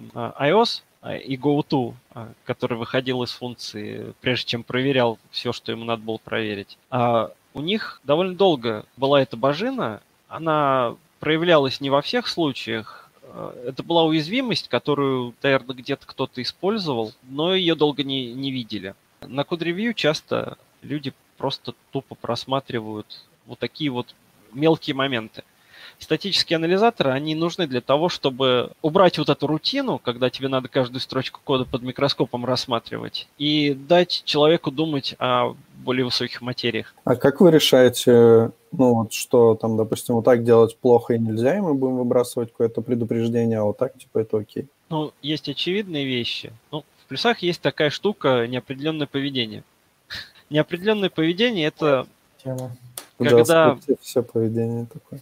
iOS и GoTo, который выходил из функции, прежде чем проверял все, что ему надо было проверить. У них довольно долго была эта божина, она проявлялась не во всех случаях. Это была уязвимость, которую, наверное, где-то кто-то использовал, но ее долго не видели. На код-ревью часто люди просто тупо просматривают вот такие вот мелкие моменты. Статические анализаторы, они нужны для того, чтобы убрать вот эту рутину, когда тебе надо каждую строчку кода под микроскопом рассматривать, и дать человеку думать о более высоких материях.
А как вы решаете, что там, допустим, вот так делать плохо и нельзя, и мы будем выбрасывать какое-то предупреждение, а вот так, типа, это окей?
Есть очевидные вещи. В плюсах есть такая штука неопределенное поведение. Неопределенное поведение – это
Тема.
когда...
Все поведение такое.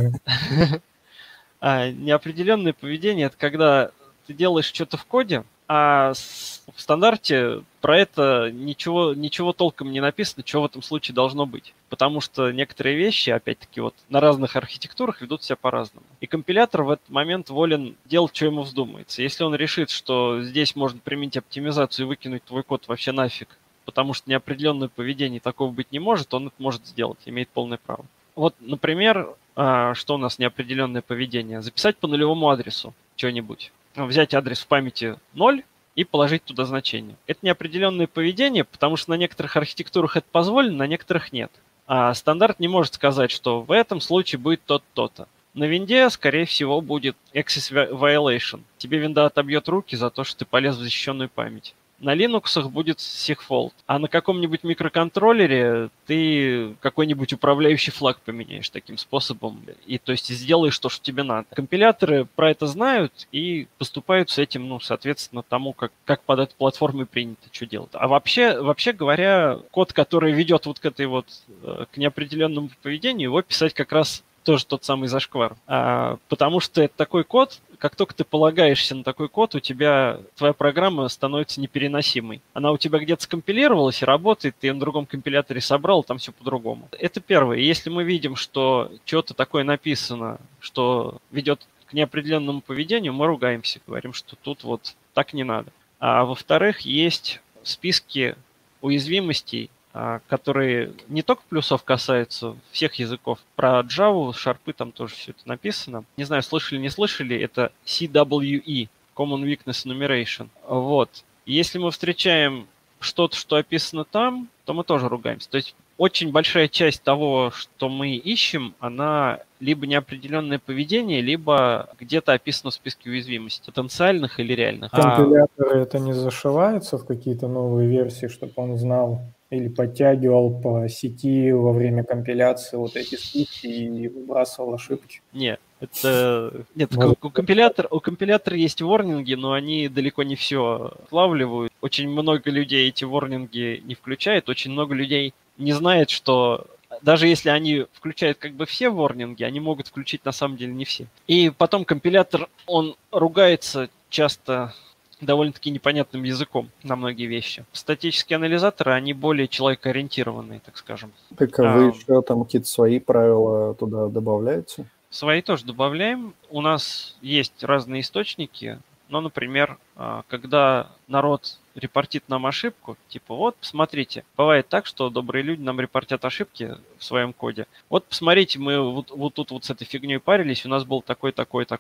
Да.
Неопределенное поведение – это когда ты делаешь что-то в коде, а в стандарте про это ничего толком не написано, что в этом случае должно быть. Потому что некоторые вещи, опять-таки, вот на разных архитектурах ведут себя по-разному. И компилятор в этот момент волен делать, что ему вздумается. Если он решит, что здесь можно применить оптимизацию и выкинуть твой код вообще нафиг, потому что неопределенное поведение такого быть не может, он это может сделать, имеет полное право. Вот, например, что у нас неопределенное поведение? Записать по нулевому адресу что-нибудь. Взять адрес в памяти 0 и положить туда значение. Это неопределенное поведение, потому что на некоторых архитектурах это позволено, на некоторых нет. А стандарт не может сказать, что в этом случае будет то-то. На винде, скорее всего, будет access violation. Тебе винда отобьет руки за то, что ты полез в защищенную память. На Linux будет segfault, а на каком-нибудь микроконтроллере ты какой-нибудь управляющий флаг поменяешь таким способом, и то есть сделаешь то, что тебе надо. Компиляторы про это знают и поступают с этим, соответственно, тому, как под этой платформой принято, что делать. А вообще говоря, код, который ведет вот к этой вот, к неопределенному поведению, его писать как раз тоже тот самый зашквар. Потому что это такой код, как только ты полагаешься на такой код, у тебя твоя программа становится непереносимой. Она у тебя где-то скомпилировалась и работает, ты ее на другом компиляторе собрал, там все по-другому. Это первое. Если мы видим, что что-то такое написано, что ведет к неопределенному поведению, мы ругаемся, говорим, что тут вот так не надо. А во-вторых, есть списки уязвимостей, которые не только плюсов касаются всех языков. Про Java, Sharp там тоже все это написано. Не знаю, слышали, не слышали, это CWE, Common Weakness Enumeration. Вот. Если мы встречаем что-то, что описано там, то мы тоже ругаемся. То есть очень большая часть того, что мы ищем, она либо неопределенное поведение, либо где-то описано в списке уязвимостей, потенциальных или реальных.
Компиляторы это не зашиваются в какие-то новые версии, чтобы он знал или подтягивал по сети во время компиляции вот эти списки и выбрасывал ошибки?
Нет, у компилятора есть ворнинги, но они далеко не все отлавливают. Очень много людей эти ворнинги не включают, очень много людей не знает, что даже если они включают как бы все ворнинги, они могут включить на самом деле не все. И потом компилятор, он ругается часто довольно-таки непонятным языком на многие вещи. Статические анализаторы, они более человекоориентированные, так скажем.
Так, а вы еще там какие-то свои правила туда добавляете?
Свои тоже добавляем. У нас есть разные источники. Например, когда народ репортит нам ошибку, типа, вот, посмотрите, бывает так, что добрые люди нам репортят ошибки в своем коде. Вот, посмотрите, мы вот тут вот с этой фигней парились, у нас был такое.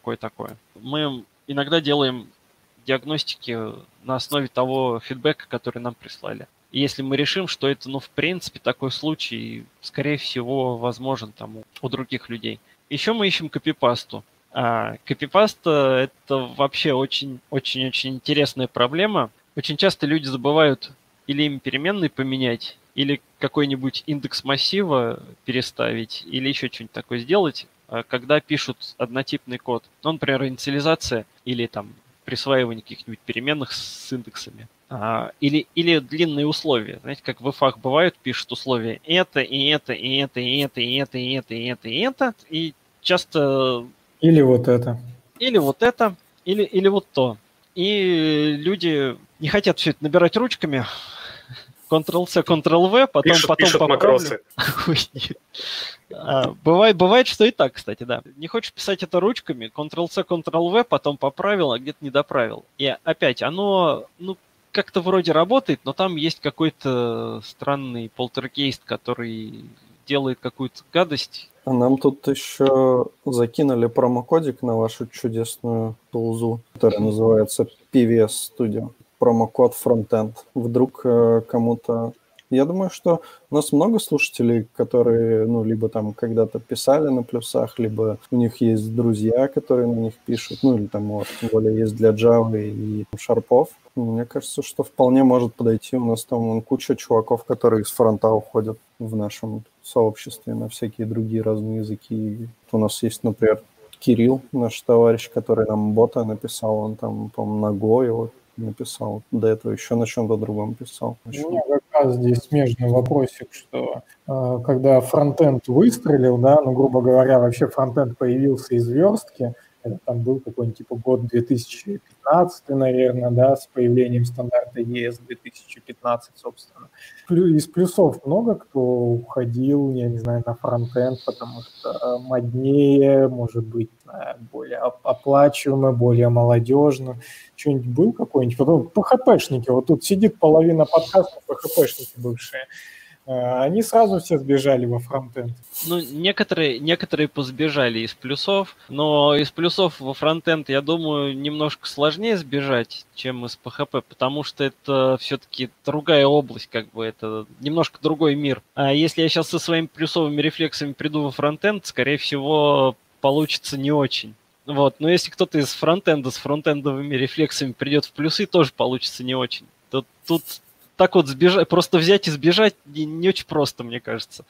Мы иногда делаем диагностики на основе того фидбэка, который нам прислали. И если мы решим, что это, в принципе, такой случай, скорее всего, возможен там у других людей. Еще мы ищем копипасту. Копипаста – это вообще очень-очень-очень интересная проблема. Очень часто люди забывают или им переменные поменять, или какой-нибудь индекс массива переставить, или еще что-нибудь такое сделать, когда пишут однотипный код. Например, инициализация или там присваивание каких-нибудь переменных с индексами. Или длинные условия. Знаете, как в ифах бывают, пишут условия это, и это, и это, и это, и это, и это, и это, и это. И часто...
Или вот это.
Или вот это, или вот то. И люди не хотят все это набирать ручками. Ctrl-C, Ctrl-V, потом
пишут макросы.
Бывает, что и так, кстати, да. Не хочешь писать это ручками, Ctrl-C, Ctrl-V, потом поправил, а где-то не доправил. И опять, оно, как-то вроде работает, но там есть какой-то странный полтергейст, который делает какую-то гадость.
А нам тут еще закинули промокодик на вашу чудесную тулзу, которая называется PVS Studio. Промокод Frontend. Вдруг кому-то Я думаю, что у нас много слушателей, которые, либо там когда-то писали на плюсах, либо у них есть друзья, которые на них пишут, или там, тем более есть для Java и шарпов. Мне кажется, что вполне может подойти. У нас там куча чуваков, которые из фронта уходят в нашем сообществе на всякие другие разные языки. У нас есть, например, Кирилл, наш товарищ, который нам бота написал, он там, по-моему, на Go его написал. До этого еще на чем-то другом писал.
У меня как раз здесь смежный вопросик, что когда фронтенд выстрелил, да, грубо говоря, вообще фронтенд появился из верстки, это там был какой-нибудь типа год 2015, наверное, да, с появлением стандарта ES 2015, собственно. Из плюсов много кто уходил, я не знаю, на фронтенд, потому что моднее, может быть, более оплачиваемо, более молодежно. Что-нибудь был какой-нибудь? Потом PHP-шники, вот тут сидит половина подкастов, PHP-шники бывшие. Они сразу все сбежали во фронтенд.
Некоторые позбежали из плюсов, но из плюсов во фронтенд, я думаю, немножко сложнее сбежать, чем из PHP, потому что это все-таки другая область, это немножко другой мир. А если я сейчас со своими плюсовыми рефлексами приду во фронтенд, скорее всего, получится не очень. Но если кто-то из фронтенда с фронтендовыми рефлексами придет в плюсы, тоже получится не очень. Тут так вот сбежать, просто взять и сбежать не очень просто, мне кажется.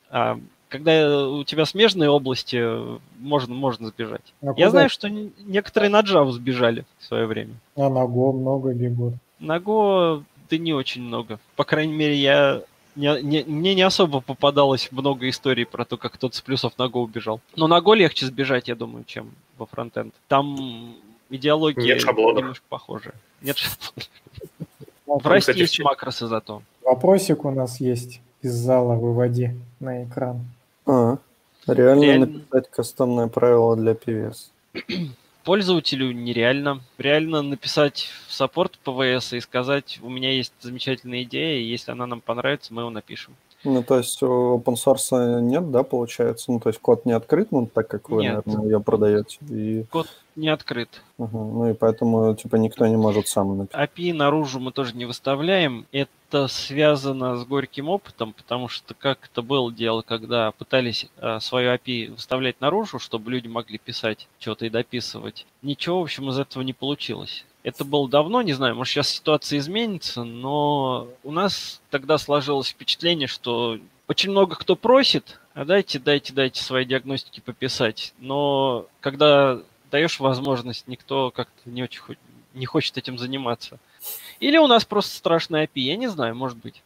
Когда у тебя смежные области, можно сбежать. Я знаю, что некоторые на Java сбежали в свое время.
А на Go много бегут?
На Go, да не очень много. По крайней мере, мне не особо попадалось много историй про то, как кто-то с плюсов на Go убежал. Но на Go легче сбежать, я думаю, чем во фронтенд. Там идеология немножко похожая. Нет шаблонов. В Расте есть макросы зато.
Вопросик у нас есть из зала, выводи на экран.
Реально написать кастомное правило для PVS?
Пользователю нереально. Реально написать в саппорт ПВС и сказать, у меня есть замечательная идея, и если она нам понравится, мы его напишем.
То есть open source нет, да, получается? То есть код не открыт, так как вы, наверное, ее продаете?
Код не открыт.
И поэтому, никто не может сам написать.
API наружу мы тоже не выставляем. Это связано с горьким опытом, потому что как это было дело, когда пытались свою API выставлять наружу, чтобы люди могли писать что-то и дописывать. Ничего, в общем, из этого не получилось. Это было давно, не знаю, может, сейчас ситуация изменится, но у нас тогда сложилось впечатление, что очень много кто просит, а дайте свои диагностики пописать. Но когда даешь возможность, никто как-то не хочет этим заниматься. Или у нас просто страшная API, я не знаю, может быть.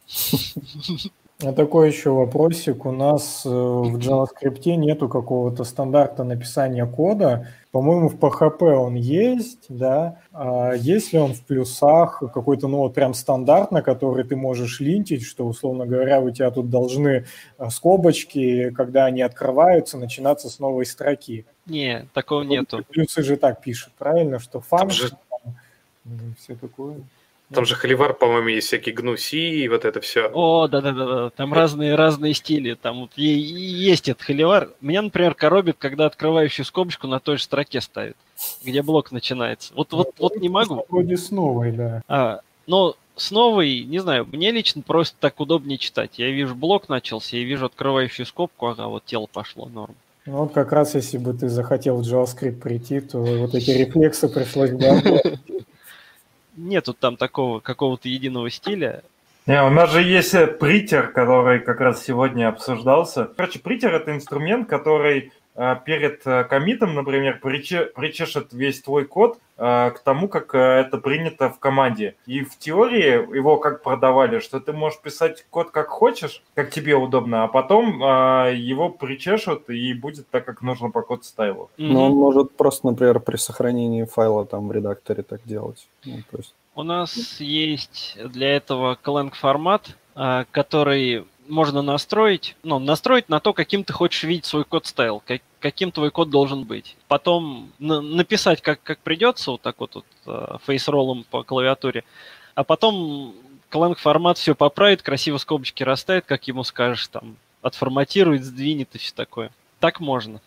А такой еще вопросик. У нас в JavaScript нету какого-то стандарта написания кода. По-моему, в PHP он есть, да. А есть ли он в плюсах какой-то, прям стандарт, на который ты можешь линтить, что, условно говоря, у тебя тут должны скобочки, когда они открываются, начинаться с новой строки?
Не, такого нету.
Плюсы же так пишут, правильно, что функция, все такое.
Там же холивар, по-моему, есть всякие гнуси и вот это все.
О, да. Там разные стили. Там вот есть этот холивар. Меня, например, коробит, когда открывающую скобочку на той же строке ставит, где блок начинается. Вот не могу.
Вроде с новой, да.
Но с новой, не знаю, мне лично просто так удобнее читать. Я вижу блок начался, и вижу открывающую скобку, вот тело пошло, норм.
Как раз если бы ты захотел в JavaScript прийти, то вот эти рефлексы пришлось бы.
Нету там такого какого-то единого стиля.
У нас же есть притер, который как раз сегодня обсуждался. Короче, притер — это инструмент, который перед коммитом, например, причешет весь твой код к тому, как это принято в команде. И в теории его как продавали, что ты можешь писать код как хочешь, как тебе удобно, а потом его причешут и будет так, как нужно по код стайлу.
Но он может просто, например, при сохранении файла там в редакторе так делать. То есть...
У нас есть для этого Clang формат, который можно настроить на то, каким ты хочешь видеть свой код стайл, каким твой код должен быть. Потом написать, как придется, вот так вот фейс-роллом по клавиатуре, а потом Clang формат все поправит, красиво скобочки расставит, как ему скажешь, там, отформатирует, сдвинет и все такое. Так можно.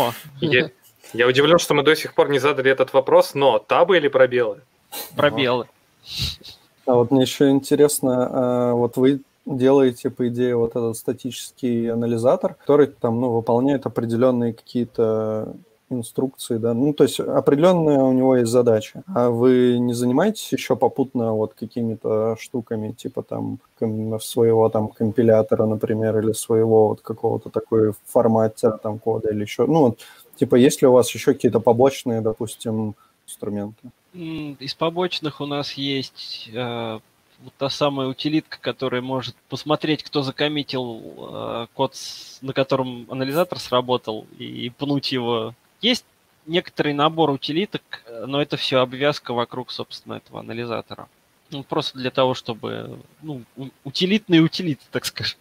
Я удивлен, что мы до сих пор не задали этот вопрос, но табы или пробелы?
Пробелы.
А вот мне еще интересно, вот вы делаете, по идее, вот этот статический анализатор, который там, выполняет определенные какие-то инструкции, да, то есть определенная у него есть задача. А вы не занимаетесь еще попутно вот какими-то штуками, типа там своего там компилятора, например, или своего вот какого-то такой форматера там кода или еще, типа есть ли у вас еще какие-то побочные, допустим, инструменты?
Из побочных у нас есть вот та самая утилитка, которая может посмотреть, кто закоммитил код, на котором анализатор сработал, и пнуть его. Есть некоторый набор утилиток, но это все обвязка вокруг, собственно, этого анализатора. Просто для того, чтобы... утилитные утилиты, так скажем.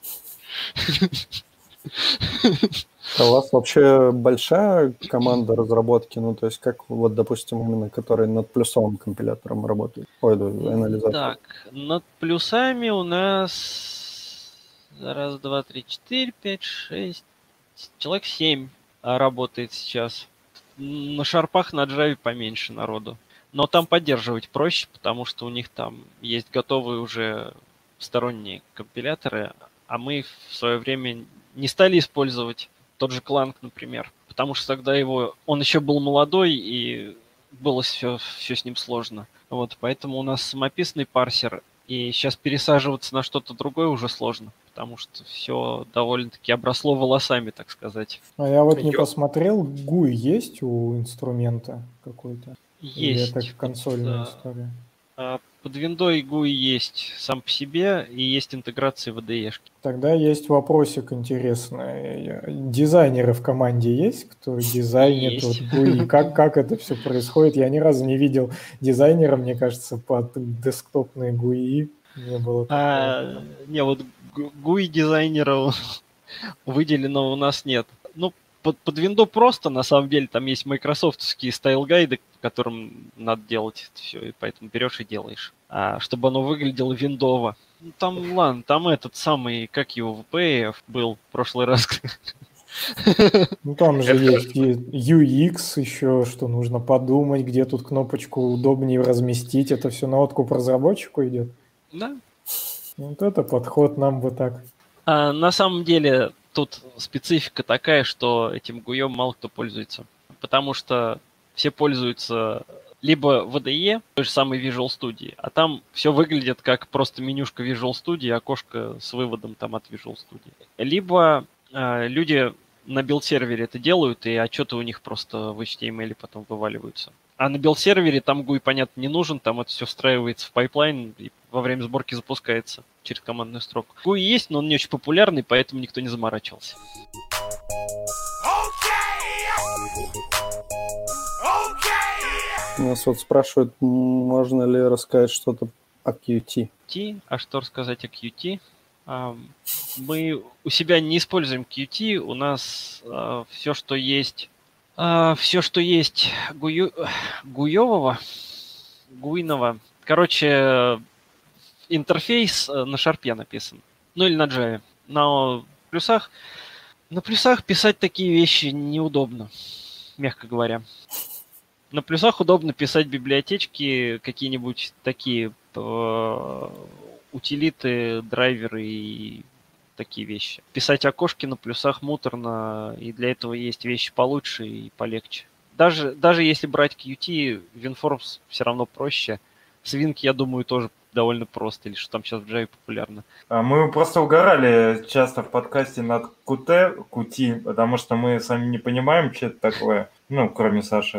А у вас вообще большая команда разработки? То есть как, вот, допустим, именно который над плюсовым компилятором работает? Анализатор.
Так, над плюсами у нас 1, 2, 3, 4, 5, 6, человек 7 работает сейчас. На шарпах, на Java поменьше народу. Но там поддерживать проще, потому что у них там есть готовые уже сторонние компиляторы, а мы в свое время не стали использовать тот же Clang, например, потому что тогда он еще был молодой, и было все с ним сложно. Вот, поэтому у нас самописный парсер, и сейчас пересаживаться на что-то другое уже сложно, потому что все довольно-таки обросло волосами, так сказать.
А я вот не посмотрел, GUI есть у инструмента какой-то?
Есть.
Или это консольная история?
Под Windows GUI есть сам по себе, и есть интеграции в IDE-шки.
Тогда есть вопросик интересный. Дизайнеры в команде есть? Кто дизайнит вот GUI? Как это все происходит? Я ни разу не видел дизайнера, мне кажется, под десктопные GUI. Не было такого.
Не, вот GUI-дизайнера выделенного у нас нет. Под Windows просто, на самом деле, там есть майкрософтовские стайл-гайды, которым надо делать это все, и поэтому берешь и делаешь. Чтобы оно выглядело виндово. Ладно, там этот самый, как его, VPF был в прошлый раз.
Там же есть и UX еще, что нужно подумать, где тут кнопочку удобнее разместить. Это все на откуп разработчику идет?
Да.
Вот это подход нам бы так.
На самом деле, тут специфика такая, что этим гуем мало кто пользуется. Потому что все пользуются либо VDE, той же самой Visual Studio, а там все выглядит как просто менюшка Visual Studio, окошко с выводом там от Visual Studio. Либо люди на билд-сервере это делают, и отчеты у них просто в HTML потом вываливаются. А на билд-сервере там GUI, понятно, не нужен, там это все встраивается в пайплайн и во время сборки запускается через командную строку. GUI есть, но он не очень популярный, поэтому никто не заморачивался.
Нас вот спрашивают, можно ли рассказать что-то о Qt.
А что рассказать о Qt? Мы у себя не используем Qt, у нас все, что есть гуевого, гуйного. Короче, интерфейс на шарпе написан. Или на Java. На плюсах писать такие вещи неудобно, мягко говоря. На плюсах удобно писать библиотечки, какие-нибудь такие утилиты, драйверы и такие вещи. Писать окошки на плюсах муторно, и для этого есть вещи получше и полегче. Даже если брать Qt, WinForms все равно проще. Swing, я думаю, тоже довольно просто, или что там сейчас в Java популярно.
Мы просто угорали часто в подкасте над Qt, потому что мы сами не понимаем, что это такое, кроме Саши.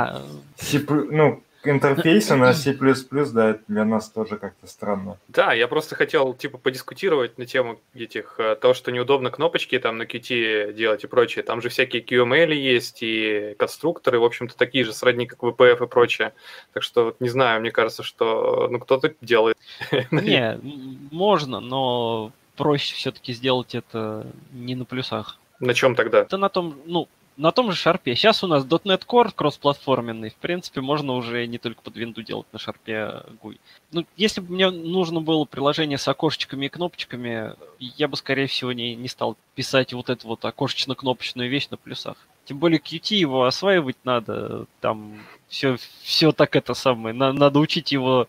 Интерфейсы на C++, да, это для нас тоже как-то странно.
Да, я просто хотел, подискутировать на тему того, что неудобно кнопочки там на Qt делать и прочее. Там же всякие QML есть и конструкторы, в общем-то, такие же сродни, как VPF и прочее. Так что, не знаю, мне кажется, что, кто-то делает.
Не, можно, но проще все-таки сделать это не на плюсах.
На чем тогда?
Это на том же шарпе. Сейчас у нас .NET Core кроссплатформенный. В принципе, можно уже не только под Windows делать на шарпе GUI. Если бы мне нужно было приложение с окошечками и кнопочками, я бы, скорее всего, не стал писать вот эту вот окошечно-кнопочную вещь на плюсах. Тем более Qt его осваивать надо. Там все так это самое. Надо учить его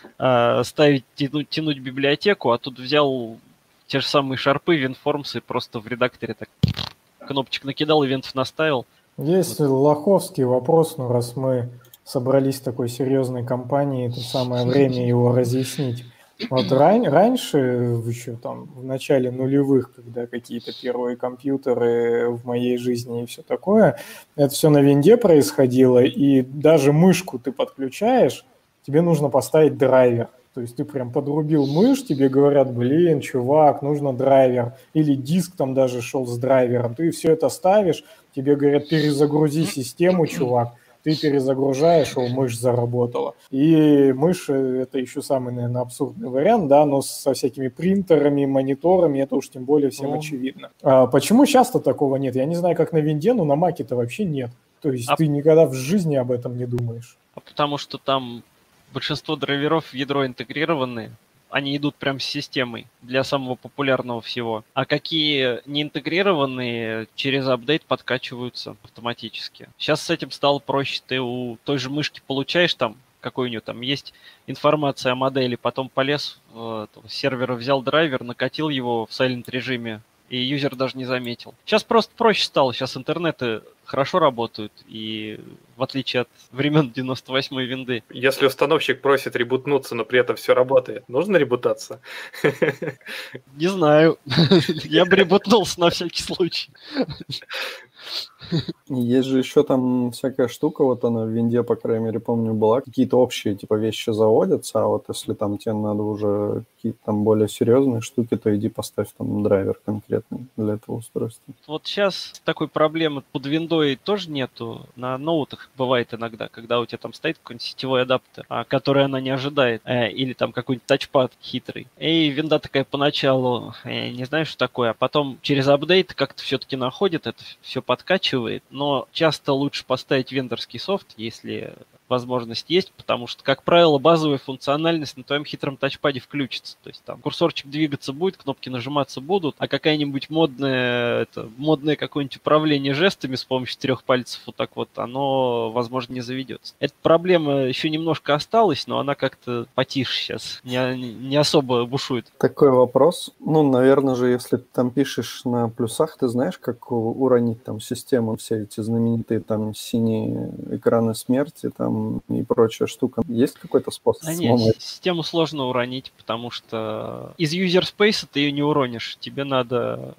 ставить, тянуть библиотеку, а тут взял те же самые шарпы, WinForms и просто в редакторе так кнопочек накидал, ивентов наставил.
Есть лоховский вопрос, но раз мы собрались в такой серьезной компании, то самое время его разъяснить. Вот раньше, еще там в начале нулевых, когда какие-то первые компьютеры в моей жизни и все такое, это все на винде происходило, и даже мышку ты подключаешь, тебе нужно поставить драйвер. То есть ты прям подрубил мышь, тебе говорят, блин, чувак, нужно драйвер. Или диск там даже шел с драйвером. Ты все это ставишь, тебе говорят, перезагрузи систему, чувак. Ты перезагружаешь, мышь заработала. И мышь – это еще самый, наверное, абсурдный вариант, да, но со всякими принтерами, мониторами, это уж тем более всем очевидно. Почему часто такого нет? Я не знаю, как на винде, но на маке-то вообще нет. То есть ты никогда в жизни об этом не думаешь.
Потому что там большинство драйверов в ядро интегрированы, они идут прям с системой для самого популярного всего. А какие не интегрированные, через апдейт подкачиваются автоматически. Сейчас с этим стало проще. Ты у той же мышки получаешь там, какой у нее там есть информация о модели, потом полез с сервера, взял драйвер, накатил его в silent режиме, и юзер даже не заметил. Сейчас просто проще стало. Сейчас интернеты хорошо работают, и в отличие от времен 98-й винды.
Если установщик просит ребутнуться, но при этом все работает, нужно ребутаться?
Не знаю. Я бы ребутнулся на всякий случай.
Есть же еще там всякая штука, вот она в винде, по крайней мере, помню, была. Какие-то общие типа вещи заводятся, а вот если там тебе надо уже какие-то там более серьезные штуки, то иди поставь там драйвер конкретный для этого устройства.
Вот сейчас такой проблемы под виндой тоже нету. На ноутах бывает иногда, когда у тебя там стоит какой-нибудь сетевой адаптер, который она не ожидает, или там какой-нибудь тачпад хитрый. И винда такая поначалу не знаю, что такое, а потом через апдейт как-то все-таки находит, это все подкачивает. Но часто лучше поставить вендорский софт, если возможность есть, потому что, как правило, базовая функциональность на твоем хитром тачпаде включится. То есть там курсорчик двигаться будет, кнопки нажиматься будут, а какая-нибудь модное какое-нибудь управление жестами с помощью 3 пальцев вот так вот, оно, возможно, не заведется. Эта проблема еще немножко осталась, но она как-то потише сейчас, не особо бушует.
Такой вопрос. Ну, наверное же, если ты там пишешь на плюсах, ты знаешь, как уронить там систему, все эти знаменитые там синие экраны смерти, там и прочая штука. Есть какой-то способ?
Нет, систему сложно уронить, потому что из user space ты ее не уронишь. Тебе надо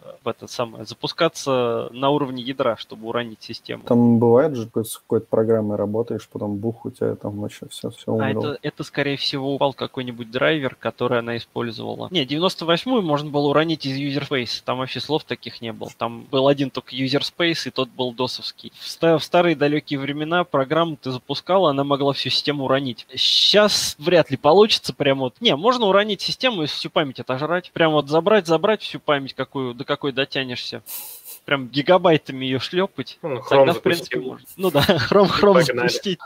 запускаться на уровне ядра, чтобы уронить систему.
Там бывает же, с какой-то программой работаешь, потом бух, у тебя там вообще все умерло.
Это, скорее всего, упал какой-нибудь драйвер, который она использовала. Не, 98-ю можно было уронить из user space. Там вообще слов таких не было. Там был один только user space, и тот был досовский. В старые далекие времена программу ты запускал, она могла всю систему уронить. Сейчас вряд ли получится прям вот. Не, можно уронить систему и всю память отожрать. Прям вот забрать всю память, до какой дотянешься. Прям гигабайтами ее шлепать. Тогда, в принципе, можно. Ну да, хром запустить.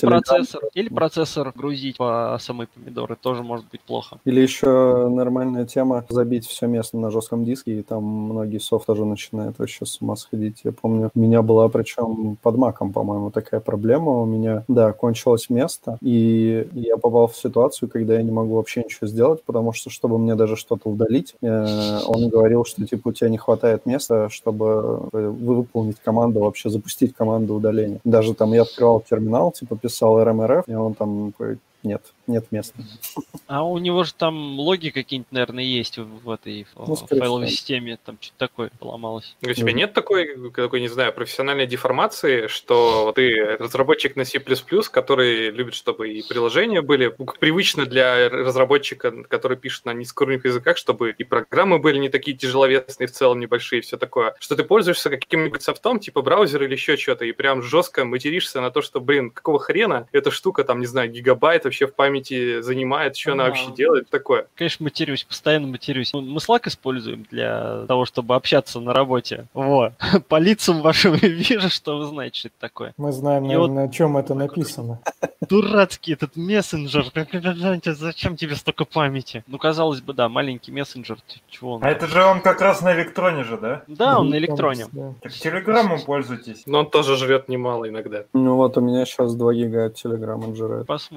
Или процессор грузить по самой помидоры. Тоже может быть плохо.
Или еще нормальная тема забить все место на жестком диске, и там многие софт тоже начинают вообще с ума сходить. Я помню, у меня была, причем под маком, по-моему, такая проблема. У меня, кончилось место, и я попал в ситуацию, когда я не могу вообще ничего сделать, потому что, чтобы мне даже что-то удалить, он говорил, что типа у тебя не хватает места, чтобы выполнить команду, вообще запустить команду удаления. Даже там я открывал терминал, типа писал RMRF, и он там такой, нет места.
А у него же там логи какие-нибудь, наверное, есть в этой файловой системе, там что-то такое поломалось.
У тебя нет такой, не знаю, профессиональной деформации, что ты разработчик на C++, который любит, чтобы и приложения были привычны для разработчика, который пишет на низкоуровневых языках, чтобы и программы были не такие тяжеловесные, в целом небольшие, все такое, что ты пользуешься каким-нибудь софтом, типа браузер или еще что-то, и прям жестко материшься на то, что, какого хрена эта штука, там, не знаю, гигабайт вообще в памяти занимает, что она вообще делает, такое.
Конечно, постоянно матерюсь. Мы Slack используем для того, чтобы общаться на работе. По лицам вашим вижу, что вы знаете, что это такое.
Мы знаем, наверное, на чем это написано.
Дурацкий этот мессенджер. Зачем тебе столько памяти? Ну, казалось бы, да, маленький мессенджер. Чего он?
А это же он как раз на электроне же, да?
Да, он на электроне.
Так телеграммом пользуйтесь.
Но он тоже жрет немало иногда.
Ну вот у меня сейчас 2 гига от телеграмма жрет.
Посмотрим даже.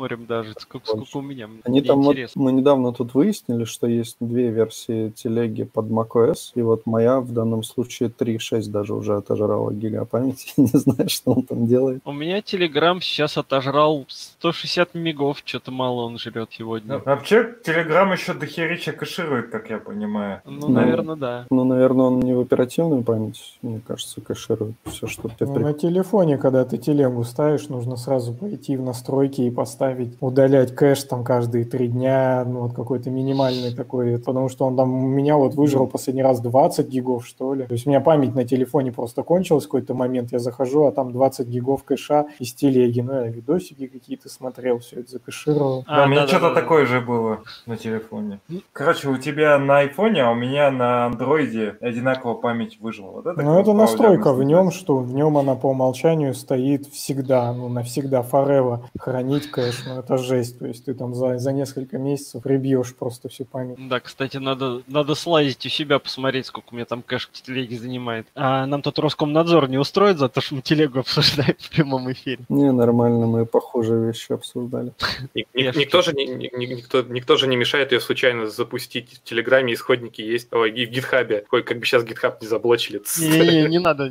покажет, сколько у меня.
Они
Мне
там вот,
интересно.
мы недавно тут выяснили, что есть 2 версии телеги под macOS, и вот моя в данном случае 3.6 даже уже отожрала гига памяти. Не знаю, что он там делает.
У меня Telegram сейчас отожрал 160 мегов, что-то мало он жрет сегодня.
Вообще, Telegram еще дохерища кэширует, как я понимаю.
Ну, наверное, да.
Ну, наверное, он не в оперативную память, мне кажется, кэширует все, что ты
Ну, на телефоне, когда ты телегу ставишь, нужно сразу пойти в настройки и поставить, удалять кэш там каждые 3 дня, ну, вот какой-то минимальный такой, потому что он там у меня вот выжрал последний раз 20 гигов, что ли. То есть у меня память на телефоне просто кончилась в какой-то момент, я захожу, а там 20 гигов кэша из телеги. Ну, я видосики какие-то смотрел, все это закэшировал.
Да, у меня
да,
что-то
да.
такое же было на телефоне. Короче, у тебя на айфоне, а у меня на андроиде одинаково память выжила. Вот это
Ну, это настройка в нем,
крутая.
что в нем она по умолчанию стоит всегда, ну, навсегда, forever, хранить кэш, ну, это жесть, то есть ты там за несколько месяцев прибьешь просто всю память.
Да, кстати, надо слазить у себя, посмотреть, сколько у меня там кэш в телеге занимает. А нам тут Роскомнадзор не устроит за то, что мы телегу обсуждаем в прямом эфире.
Не, нормально, мы похожие вещи обсуждали.
Никто же не мешает ее случайно запустить в Телеграме, исходники есть, ой, и в Гитхабе. Ой, как бы сейчас Гитхаб не заблочили.
Не надо.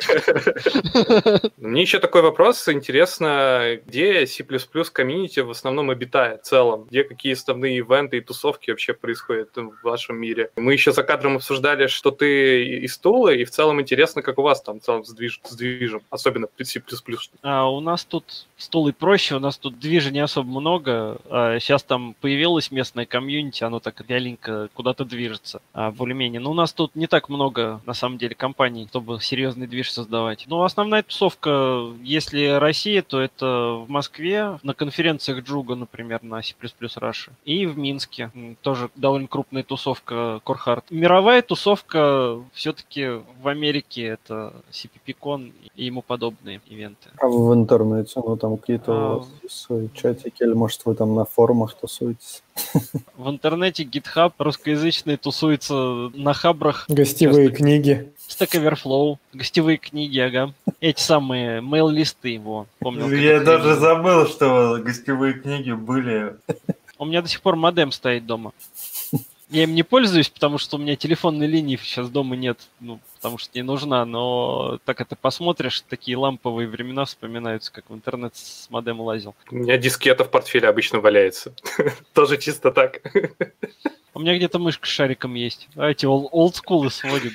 Мне еще такой вопрос. Интересно, где C++ комьюнити в основном обитает в целом? Где какие основные ивенты и тусовки вообще происходят в вашем мире? Мы еще за кадром обсуждали, что ты из Тулы, и в целом интересно, как у вас там в целом с движем, особенно в C++.
У нас тут с Тулой проще, у нас тут движа не особо много. Сейчас там появилось местное комьюнити, оно так вяленько куда-то движется более-менее. Но у нас тут не так много, на самом деле, компаний, чтобы серьезный движ создавать. Но основная тусовка, если Россия, то это в Москве, на конференциях Джуга, например, на C++ Russia, и в Минске. Тоже довольно крупная тусовка Core Hard. Мировая тусовка все-таки в Америке это CPP-Con и ему подобные ивенты.
А в интернете, ну там какие-то у вас свои чатики, или может вы там на форумах тусуетесь?
В интернете GitHub русскоязычный тусуется на хабрах.
Гостевые книги.
Stack Overflow, гостевые книги, ага. Эти самые мейл-листы его. Помнил,
Я даже забыл, что гостевые книги были.
У меня до сих пор модем стоит дома. Я им не пользуюсь, потому что у меня телефонной линии сейчас дома нет, потому что не нужна, но так это посмотришь, такие ламповые времена вспоминаются, как в интернет с модема лазил.
У меня дискета в портфеле обычно валяется. Тоже чисто так.
У меня где-то мышка с шариком есть. А эти олдскулы сводят.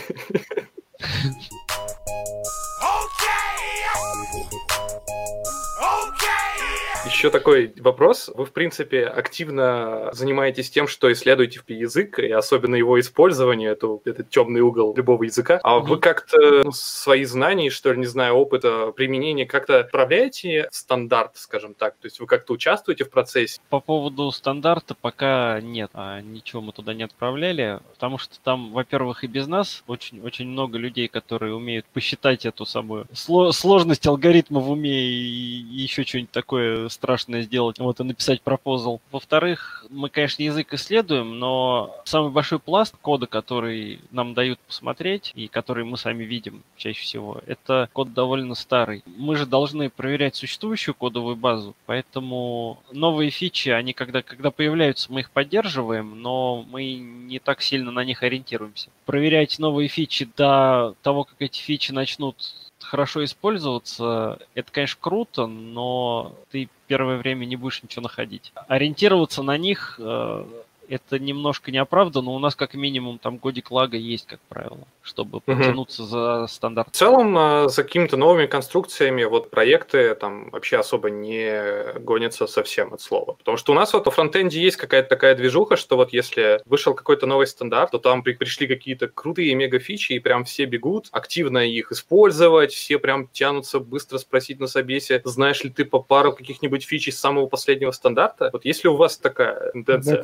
Еще такой вопрос. Вы, в принципе, активно занимаетесь тем, что исследуете в язык, и особенно его использование, этот темный угол любого языка. А вы как-то свои знания, что ли, не знаю, опыта применения как-то отправляете в стандарт, скажем так? То есть вы как-то участвуете в процессе?
По поводу стандарта пока нет. Ничего мы туда не отправляли, потому что там, во-первых, и без нас очень много людей, которые умеют посчитать эту самую сложность алгоритма в уме и еще что-нибудь такое страшное сделать, и написать пропозал. Во-вторых, мы, конечно, язык исследуем, но самый большой пласт кода, который нам дают посмотреть и который мы сами видим чаще всего, это код довольно старый. Мы же должны проверять существующую кодовую базу, поэтому новые фичи, они когда появляются, мы их поддерживаем, но мы не так сильно на них ориентируемся. Проверять новые фичи до того, как эти фичи начнут хорошо использоваться, это, конечно, круто, но ты первое время не будешь ничего находить. Ориентироваться на них это немножко неоправданно, но у нас как минимум там годик лага есть, как правило, чтобы потянуться за стандарт.
В целом, за какими-то новыми конструкциями проекты там вообще особо не гонятся совсем от слова. Потому что у нас во фронтенде есть какая-то такая движуха, что если вышел какой-то новый стандарт, то там пришли какие-то крутые мега-фичи, и прям все бегут активно их использовать, все прям тянутся быстро спросить на собесе, знаешь ли ты по пару каких-нибудь фич из самого последнего стандарта? Есть ли у вас такая тенденция?
Так еще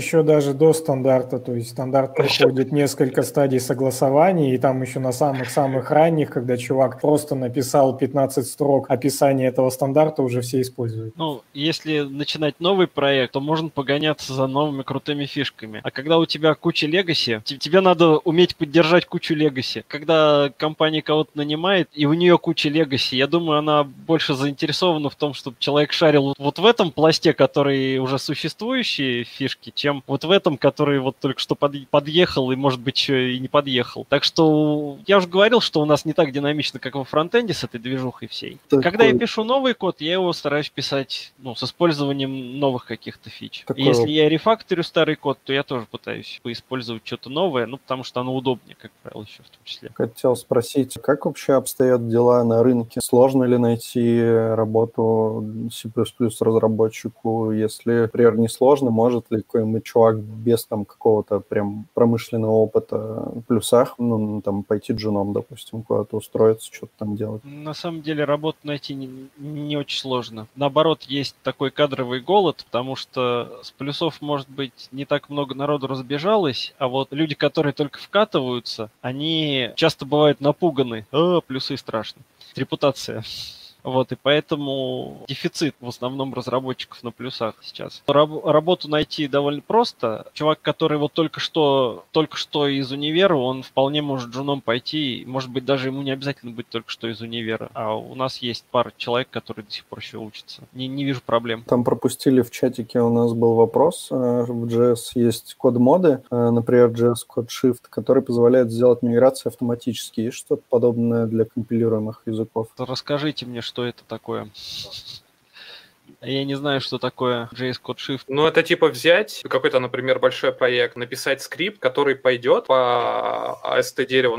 еще даже до стандарта, то есть стандарт проходит несколько стадий согласования, и там еще на самых-самых ранних, когда чувак просто написал 15 строк описания этого стандарта, уже все используют.
Ну, если начинать новый проект, то можно погоняться за новыми крутыми фишками. А когда у тебя куча легаси, тебе надо уметь поддержать кучу легаси. Когда компания кого-то нанимает, и у нее куча легаси, я думаю, она больше заинтересована в том, чтобы человек шарил вот в этом пласте, который уже существующие фишки, чем вот в этом, который вот только что подъехал и, может быть, еще и не подъехал. Так что я уже говорил, что у нас не так динамично, как во фронтенде с этой движухой всей. Когда я пишу новый код, я его стараюсь писать с использованием новых каких-то фич. И если я рефакторю старый код, то я тоже пытаюсь поиспользовать что-то новое, потому что оно удобнее, как правило, еще в том числе.
Хотел спросить, как вообще обстоят дела на рынке? Сложно ли найти работу C++ разработчику? Если, например, не сложно, может ли какой-нибудь чувак без там какого-то прям промышленного опыта в плюсах, там пойти джуном, допустим, куда-то устроиться, что-то там делать?
На самом деле работу найти не очень сложно. Наоборот, есть такой кадровый голод, потому что с плюсов, может быть, не так много народу разбежалось, а вот люди, которые только вкатываются, они часто бывают напуганы. Плюсы страшно. Репутация. Вот, и поэтому дефицит в основном разработчиков на плюсах сейчас. Работу найти довольно просто. Чувак, который вот только что из универа, он вполне может джуном пойти. Может быть, даже ему не обязательно быть только что из универа. А у нас есть пара человек, которые до сих пор еще учатся. Не вижу проблем.
Там пропустили в чатике, у нас был вопрос. В JS есть код-моды, например, JS Code Shift, который позволяет сделать миграцию автоматически. Есть что-то подобное для компилируемых языков?
Расскажите мне, что это такое. Я не знаю, что такое JS Code Shift.
Ну, это типа взять какой-то, например, большой проект, написать скрипт, который пойдет по AST-дереву,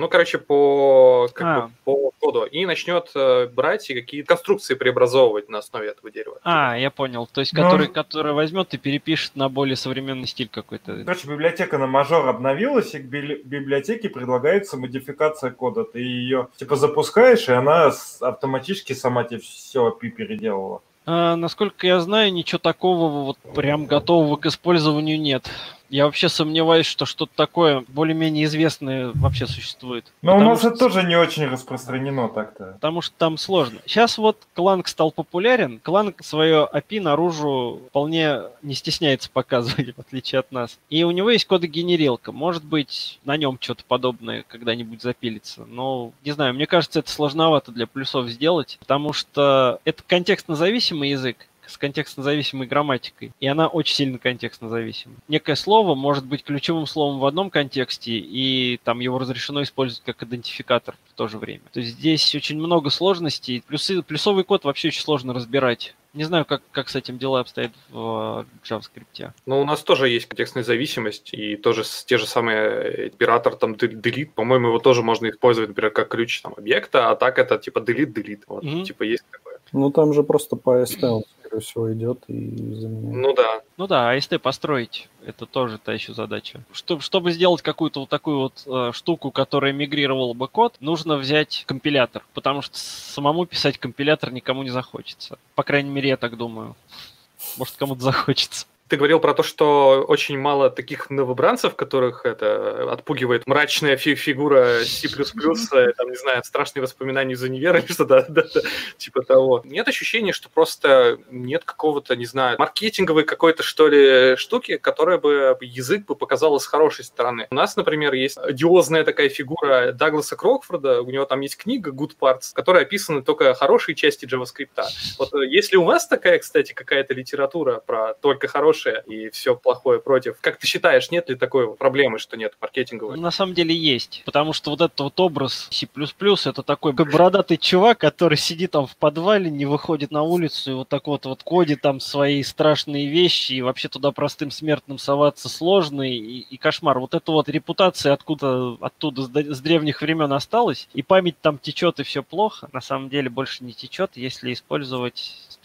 по коду, и начнет брать и какие-то конструкции преобразовывать на основе этого дерева.
Я понял. То есть, который возьмет и перепишет на более современный стиль какой-то.
Короче, библиотека на мажор обновилась, и к библиотеке предлагается модификация кода. Ты ее запускаешь, и она автоматически сама тебе все API переделала.
Насколько я знаю, ничего такого вот прям готового к использованию нет. Я вообще сомневаюсь, что что-то такое более-менее известное вообще существует.
Но у нас это тоже не очень распространено так-то.
Потому что там сложно. Сейчас вот Clang стал популярен. Clang свое API наружу вполне не стесняется показывать, в отличие от нас. И у него есть кодогенерилка. Может быть, на нем что-то подобное когда-нибудь запилится. Но, не знаю, мне кажется, это сложновато для плюсов сделать, потому что это контекстно-зависимый язык с контекстно-зависимой грамматикой, и она очень сильно контекстно-зависима. Некое слово может быть ключевым словом в одном контексте, и там его разрешено использовать как идентификатор в то же время. То есть здесь очень много сложностей. Плюсовый код вообще очень сложно разбирать. Не знаю, как с этим дела обстоят в JavaScript.
Ну, у нас тоже есть контекстная зависимость, и тоже те же самые оператор там delete, по-моему, его тоже можно использовать, например, как ключ там объекта, а так это типа delete. Вот, есть такое.
Ну, там же просто по AST он, скорее всего, идет и заменяет.
Ну да.
AST построить, это тоже та еще задача. Чтобы сделать какую-то вот такую вот штуку, которая мигрировала бы код, нужно взять компилятор, потому что самому писать компилятор никому не захочется. По крайней мере, я так думаю. Может, кому-то захочется.
Ты говорил про то, что очень мало таких новобранцев, которых это отпугивает мрачная фигура C++, там, не знаю, страшные воспоминания из универа или что-то, типа того. Нет ощущения, что просто нет какого-то, не знаю, маркетинговой какой-то, что ли, штуки, которая бы язык бы показала с хорошей стороны. У нас, например, есть одиозная такая фигура Дагласа Крокфорда, у него там есть книга Good Parts, в которой описаны только хорошие части JavaScript. Вот если у вас такая, кстати, какая-то литература про только хорошие и все плохое против. Как ты считаешь, нет ли такой проблемы, что нет маркетинговой?
На самом деле есть, потому что вот этот вот образ C++ это такой бородатый чувак, который сидит там в подвале, не выходит на улицу и вот так вот кодит там свои страшные вещи, и вообще туда простым смертным соваться сложно, и кошмар. Вот эта вот репутация оттуда с древних времен осталась, и память там течет, и все плохо. На самом деле больше не течет, если использовать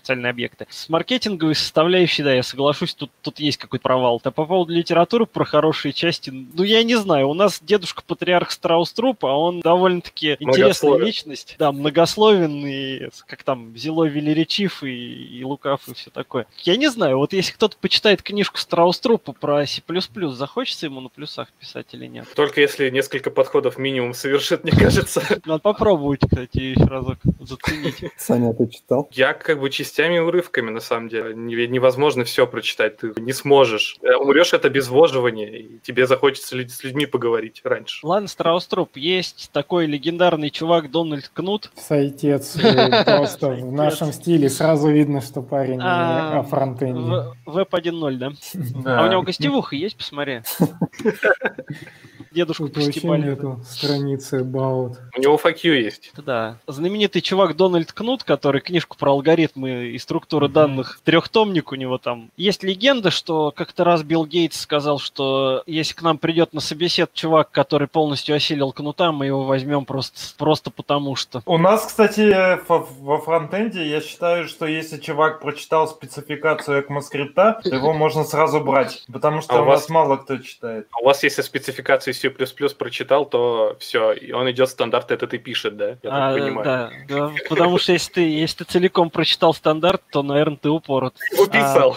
специальные объекты. С маркетинговой составляющей, да, я соглашусь, тут есть какой-то провал. А по поводу литературы про хорошие части, ну, я не знаю, у нас дедушка-патриарх Страус-Труп, а он довольно-таки интересная личность. Да, многословен, и как там, зелой велеречив, и лукав, и все такое. Я не знаю, вот если кто-то почитает книжку Страус-Трупа про C++, захочется ему на плюсах писать или нет?
Только если несколько подходов минимум совершит, мне кажется.
Надо попробовать, кстати, еще разок заценить.
Саня, ты читал?
Я как бы частями, урывками, на самом деле. Невозможно все прочитать, ты не сможешь. Умрешь от обезвоживания, и тебе захочется с людьми поговорить раньше.
Ладно, Страус-Труп, есть такой легендарный чувак Дональд Кнут.
Сайтец просто в нашем стиле. Сразу видно, что парень не о фронтенде.
Веб 1.0, да?
Да.
А у него гостевуха есть, посмотри. Дедушку
Тут вообще
постебали.
нету страницы About.
У него FAQ есть.
Да. Знаменитый чувак Дональд Кнут, который книжку про алгоритмы и структуры данных, трехтомник у него там. Есть легенда, что как-то раз Билл Гейтс сказал, что если к нам придет на собесед чувак, который полностью осилил Кнута, мы его возьмем просто потому что.
У нас, кстати, во фронтенде я считаю, что если чувак прочитал спецификацию ECMAScript, то его можно сразу брать, потому что у нас мало кто читает.
А у вас, если спецификацию C++ прочитал, то все, и он идет стандарт этот и пишет, да? Я так понимаю.
Да, потому что если ты целиком прочитал стандарт, то, наверное, ты упорот.
Уписал.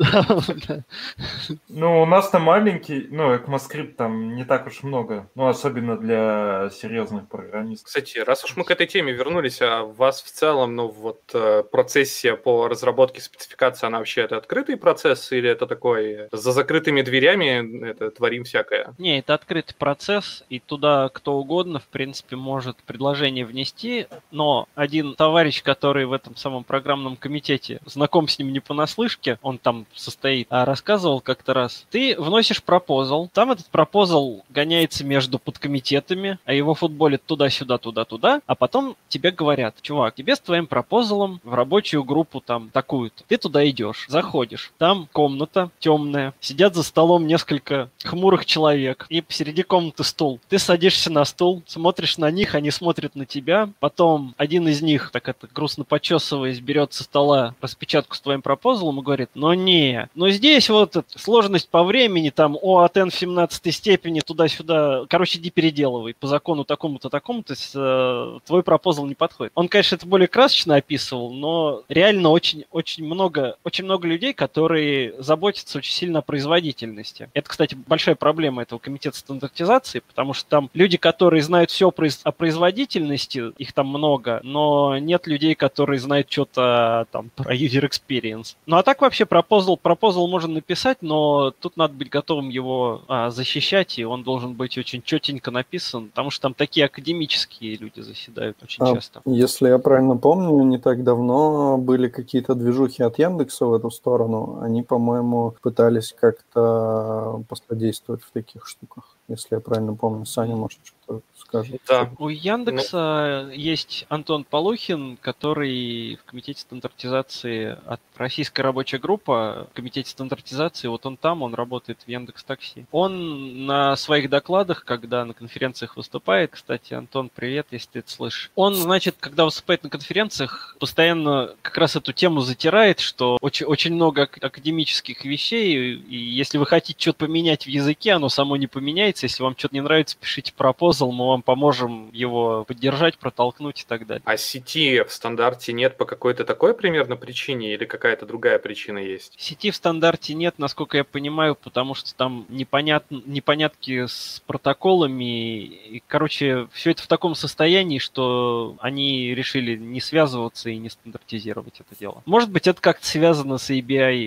Ну, у нас-то маленький, ECMAScript там не так уж много, особенно для серьезных программистов.
Кстати, раз уж мы к этой теме вернулись, а у вас в целом, процессия по разработке спецификации, она вообще это открытый процесс или это такой за закрытыми дверями это творим всякое?
Не, это открытый процесс, и туда кто угодно, в принципе, может предложение внести, но один товарищ, который в этом самом программном комитете, знаком с ним не понаслышке, он там состоит, рассказывал как-то раз, ты вносишь пропозал, там этот пропозал гоняется между подкомитетами, а его футболит туда-сюда, туда-туда, а потом тебе говорят, чувак, тебе с твоим пропозалом в рабочую группу там такую-то. Ты туда идешь, заходишь, там комната темная, сидят за столом несколько хмурых человек, и посреди комнаты стул. Ты садишься на стул, смотришь на них, они смотрят на тебя, потом один из них, так это грустно почесываясь, берет со стола распечатку с твоим пропозалом и говорит, но здесь сложность по времени, там, от n в 17 степени, туда-сюда, короче, иди переделывай, по закону такому-то, твой пропозал не подходит. Он, конечно, это более красочно описывал, но реально очень много людей, которые заботятся очень сильно о производительности. Это, кстати, большая проблема этого комитета стандартизации, потому что там люди, которые знают все о производительности, их там много, но нет людей, которые знают что-то там про user experience. Ну а так вообще пропозал можно написать, но тут надо быть готовым его защищать, и он должен быть очень четенько написан, потому что там такие академические люди заседают очень часто.
Если я правильно помню, не так давно были какие-то движухи от Яндекса в эту сторону. Они, по-моему, пытались как-то посодействовать в таких штуках. Если я правильно помню. Саня, может, что-то скажет?
Да.
У Яндекса есть Антон Полухин, который в комитете стандартизации от Российская рабочая группа в комитете стандартизации, он работает в Яндекс.Такси. Он на своих докладах, когда на конференциях выступает, кстати, Антон, привет, если ты это слышишь. Он, значит, когда выступает на конференциях, постоянно как раз эту тему затирает, что очень много академических вещей, и если вы хотите что-то поменять в языке, оно само не поменяется. Если вам что-то не нравится, пишите пропозал, мы вам поможем его поддержать, протолкнуть и так далее.
А сети в стандарте нет по какой-то такой примерно причине или какая-то другая причина есть?
Сети в стандарте нет, насколько я понимаю, потому что там непонятки с протоколами. И, короче, все это в таком состоянии, что они решили не связываться и не стандартизировать это дело. Может быть, это как-то связано с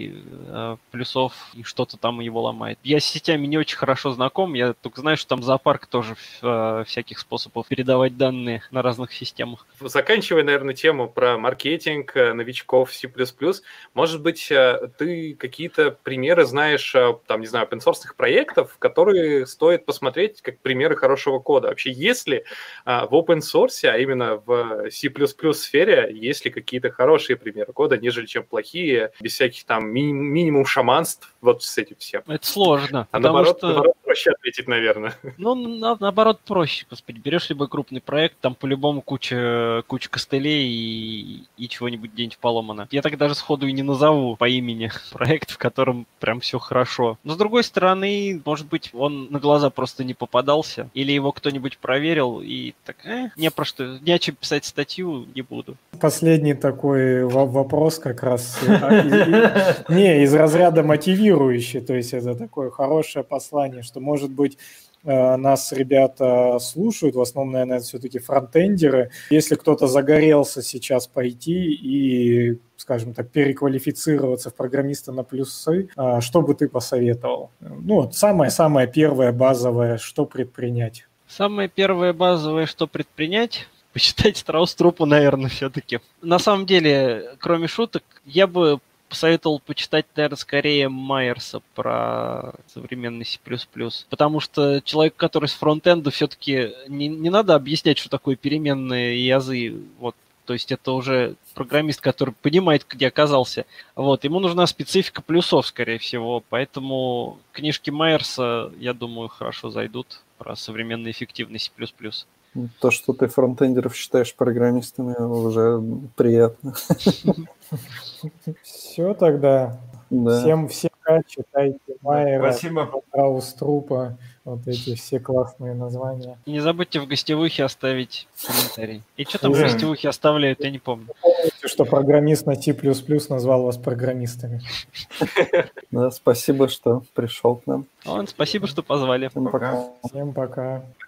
ABI плюсов и что-то там его ломает. Я с сетями не очень хорошо знаком, я только знаю, что там зоопарк тоже всяких способов передавать данные на разных системах.
Заканчивая, наверное, тему про маркетинг новичков C++, может быть, ты какие-то примеры знаешь, там, не знаю, open-source проектов, которые стоит посмотреть как примеры хорошего кода. Вообще, есть ли в open-source, а именно в C++ сфере, есть ли какие-то хорошие примеры кода, нежели чем плохие, без всяких там минимум шаманств, вот с этим всем?
Это сложно,
А
потому
наоборот,
что...
проще ответить, наверное.
Ну, наоборот, проще, господи. Берешь любой крупный проект, там по-любому куча костылей и чего-нибудь где-нибудь поломано. Я так даже сходу и не назову по имени проект, в котором прям все хорошо. Но с другой стороны, может быть, он на глаза просто не попадался, или его кто-нибудь проверил и так, не про что, не о чем писать статью, не буду.
Последний такой вопрос как раз из разряда мотивирующий, то есть это такое хорошее послание, что, может быть, нас ребята слушают, в основном, наверное, это все-таки фронтендеры. Если кто-то загорелся сейчас пойти и, скажем так, переквалифицироваться в программиста на плюсы, что бы ты посоветовал? Ну, вот самое-самое первое, базовое, что предпринять?
Самое первое базовое, что предпринять, почитать Страус Трупа, наверное, все-таки. На самом деле, кроме шуток, я бы посоветовал почитать, наверное, скорее Майерса про современный C++. Потому что человек, который с фронтенда, все-таки не надо объяснять, что такое переменные язы. Вот. То есть это уже программист, который понимает, где оказался. Вот. Ему нужна специфика плюсов, скорее всего. Поэтому книжки Майерса, я думаю, хорошо зайдут про современный эффективный C++.
То, что ты фронтендеров считаешь программистами, уже приятно.
Все тогда.
Да.
Всем читайте Майера,
Спасибо.
Страус Трупа, вот эти все классные названия.
И не забудьте в гостевухе оставить комментарий. И что там в
Да.
гостевухе оставляют, я не помню.
Помните, что программист на C++ назвал вас программистами.
Да, спасибо, что пришел к нам.
Спасибо, что позвали.
Всем пока.
Всем пока.